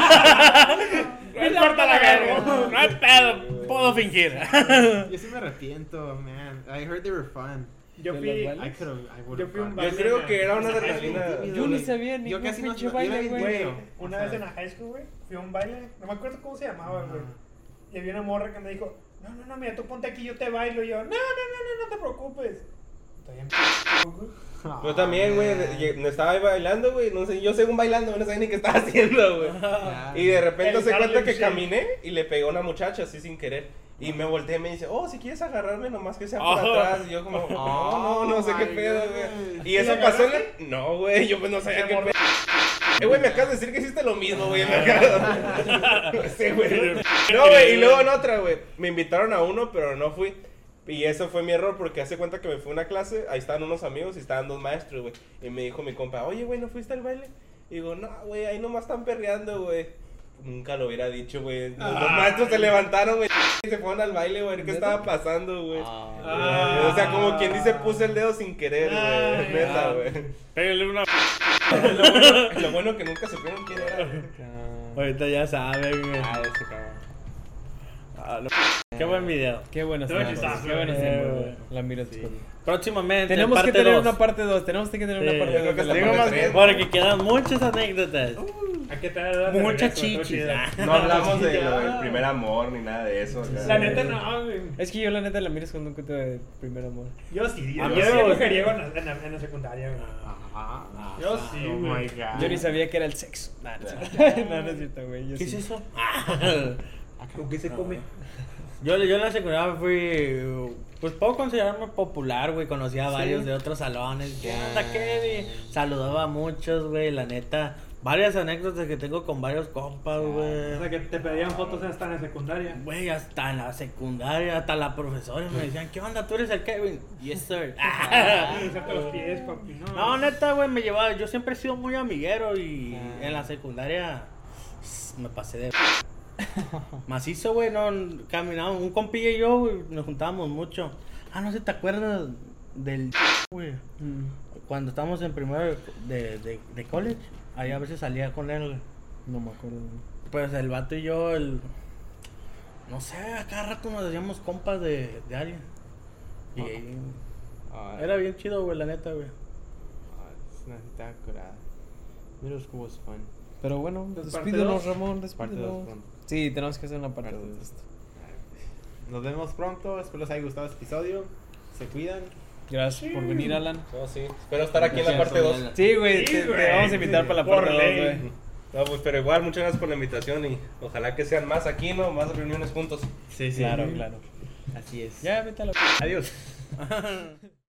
[SPEAKER 4] No importa la verga, no hay pedo, puedo fingir.
[SPEAKER 5] Yo sí me arrepiento, man. I heard they were fun.
[SPEAKER 3] Yo fui.
[SPEAKER 2] ¿De los
[SPEAKER 5] I could've, I
[SPEAKER 3] Yo
[SPEAKER 5] would've
[SPEAKER 3] fui un
[SPEAKER 5] gone.
[SPEAKER 3] baile.
[SPEAKER 1] Yo creo
[SPEAKER 3] en
[SPEAKER 1] que era una
[SPEAKER 3] en high
[SPEAKER 1] adrenalina.
[SPEAKER 3] school.
[SPEAKER 2] Yo ni sabía ni
[SPEAKER 5] Yo
[SPEAKER 2] un
[SPEAKER 5] casi no
[SPEAKER 2] pinche
[SPEAKER 5] yo era
[SPEAKER 2] baile,
[SPEAKER 5] bien
[SPEAKER 2] güey.
[SPEAKER 5] tímido.
[SPEAKER 3] Una
[SPEAKER 5] O
[SPEAKER 3] vez
[SPEAKER 5] sea,
[SPEAKER 3] en la high school, güey, fui a un baile, no me acuerdo cómo se llamaba, güey. Y había una morra que me dijo, no, mira, tú ponte aquí, yo te bailo. Y yo, no te preocupes.
[SPEAKER 1] Yo también, güey, me estaba ahí bailando, güey, no sé, yo según bailando, no sabía ni qué estaba haciendo, güey. Y de repente se cuenta que caminé y le pegó a una muchacha así sin querer. Y me volteé y me dice, oh, si quieres agarrarme, nomás que sea por atrás. Y yo como, no sé qué pedo, güey. Y eso pasó en el... No, güey, yo pues no sabía qué pedo. Güey, me acabas de decir que hiciste lo mismo, güey. Sí, güey. No, güey, y luego en otra, güey. Me invitaron a uno, pero no fui. Y eso fue mi error porque hace cuenta que me fui a una clase, ahí estaban unos amigos y estaban dos maestros, güey. Y me dijo mi compa, oye, güey, ¿no fuiste al baile? Y digo, no, güey, ahí nomás están perreando, güey. Nunca lo hubiera dicho, güey. Los maestros se levantaron, güey, y se fueron al baile, güey. ¿Qué estaba pasando, güey? O sea, como quien dice, puse el dedo sin querer, güey. Neta, güey.
[SPEAKER 4] Pégale una.
[SPEAKER 1] Lo bueno que nunca supieron quién era, güey.
[SPEAKER 4] Ahorita ya saben, güey.
[SPEAKER 2] Ese cabrón.
[SPEAKER 4] Qué buen video.
[SPEAKER 2] Qué buenos
[SPEAKER 3] Qué
[SPEAKER 2] tiempos.
[SPEAKER 3] buenos
[SPEAKER 2] Qué buenos
[SPEAKER 4] tiempos,
[SPEAKER 2] tiempos,
[SPEAKER 4] güey.
[SPEAKER 2] La miro.
[SPEAKER 4] Próximamente.
[SPEAKER 2] Tenemos que
[SPEAKER 4] parte
[SPEAKER 2] tener
[SPEAKER 4] 2.
[SPEAKER 2] una parte 2. Tenemos que tener una parte
[SPEAKER 1] yo creo
[SPEAKER 2] 2
[SPEAKER 1] que
[SPEAKER 2] de la
[SPEAKER 1] se
[SPEAKER 2] parte
[SPEAKER 1] llama
[SPEAKER 2] tres.
[SPEAKER 1] tres.
[SPEAKER 4] Porque quedan muchas anécdotas.
[SPEAKER 3] Hay que traer
[SPEAKER 4] Muchas chichis.
[SPEAKER 1] No hablamos de lo del primer amor ni nada de eso.
[SPEAKER 3] La neta no, güey.
[SPEAKER 2] Es que yo la neta la miro con un cuento de primer amor.
[SPEAKER 3] Yo sí,
[SPEAKER 4] A
[SPEAKER 3] yo
[SPEAKER 4] mí
[SPEAKER 3] sí
[SPEAKER 4] me
[SPEAKER 3] mujeriego en la secundaria, güey. Yo sí,
[SPEAKER 5] Oh
[SPEAKER 3] güey.
[SPEAKER 5] my god.
[SPEAKER 2] Yo ni sabía que era el sexo. No, no es cierto, güey. Yo
[SPEAKER 4] ¿Qué
[SPEAKER 2] sí.
[SPEAKER 4] es eso?
[SPEAKER 3] ¿Con qué se come?
[SPEAKER 4] Yo en la secundaria fui, pues puedo considerarme popular, güey, conocía a varios de otros salones. ¿Qué onda, Kevin? Saludaba a muchos, güey, la neta. Varias anécdotas que tengo con varios compas,
[SPEAKER 3] O
[SPEAKER 4] güey.
[SPEAKER 3] sea, que te pedían fotos hasta en la secundaria.
[SPEAKER 4] Güey, hasta en la secundaria, hasta la profesora me decían, ¿qué onda? ¿Tú eres el Kevin? Yes, sir.
[SPEAKER 3] Besarte los pies, papi.
[SPEAKER 4] No, neta, güey, me llevaba, yo siempre he sido muy amiguero y en la secundaria me pasé de... macizo, güey, no, caminábamos, un compilla y yo, güey, nos juntábamos mucho. No sé, ¿te acuerdas del güey? Cuando estábamos en primero de college, ahí a veces salía con él, güey.
[SPEAKER 2] No me acuerdo.
[SPEAKER 4] Pues el vato y yo, no sé, a cada rato nos hacíamos compas de alguien. Y era bien chido, güey, la neta, güey.
[SPEAKER 2] It's not that curada. Middle school was fun. Pero bueno,
[SPEAKER 3] Parte
[SPEAKER 2] despídenos,
[SPEAKER 3] dos.
[SPEAKER 2] Ramón,
[SPEAKER 5] Parte
[SPEAKER 2] despídenos.
[SPEAKER 5] 2 pronto.
[SPEAKER 2] Sí, tenemos que hacer una parte 2 de esto.
[SPEAKER 5] Nos vemos pronto. Espero les haya gustado este episodio. Se cuidan.
[SPEAKER 2] Gracias por venir, Alan.
[SPEAKER 1] No, sí. Espero estar aquí en la parte 2.
[SPEAKER 2] Sí, güey,
[SPEAKER 3] Sí,
[SPEAKER 2] te
[SPEAKER 3] güey.
[SPEAKER 2] vamos a invitar para la
[SPEAKER 3] Por
[SPEAKER 2] parte 2,
[SPEAKER 3] ley.
[SPEAKER 2] güey.
[SPEAKER 1] No, pues, pero igual, muchas gracias por la invitación y ojalá que sean más aquí, ¿no? Más reuniones juntos.
[SPEAKER 5] Sí,
[SPEAKER 2] Claro, claro.
[SPEAKER 5] Así es.
[SPEAKER 2] Ya, vete a la...
[SPEAKER 5] Adiós.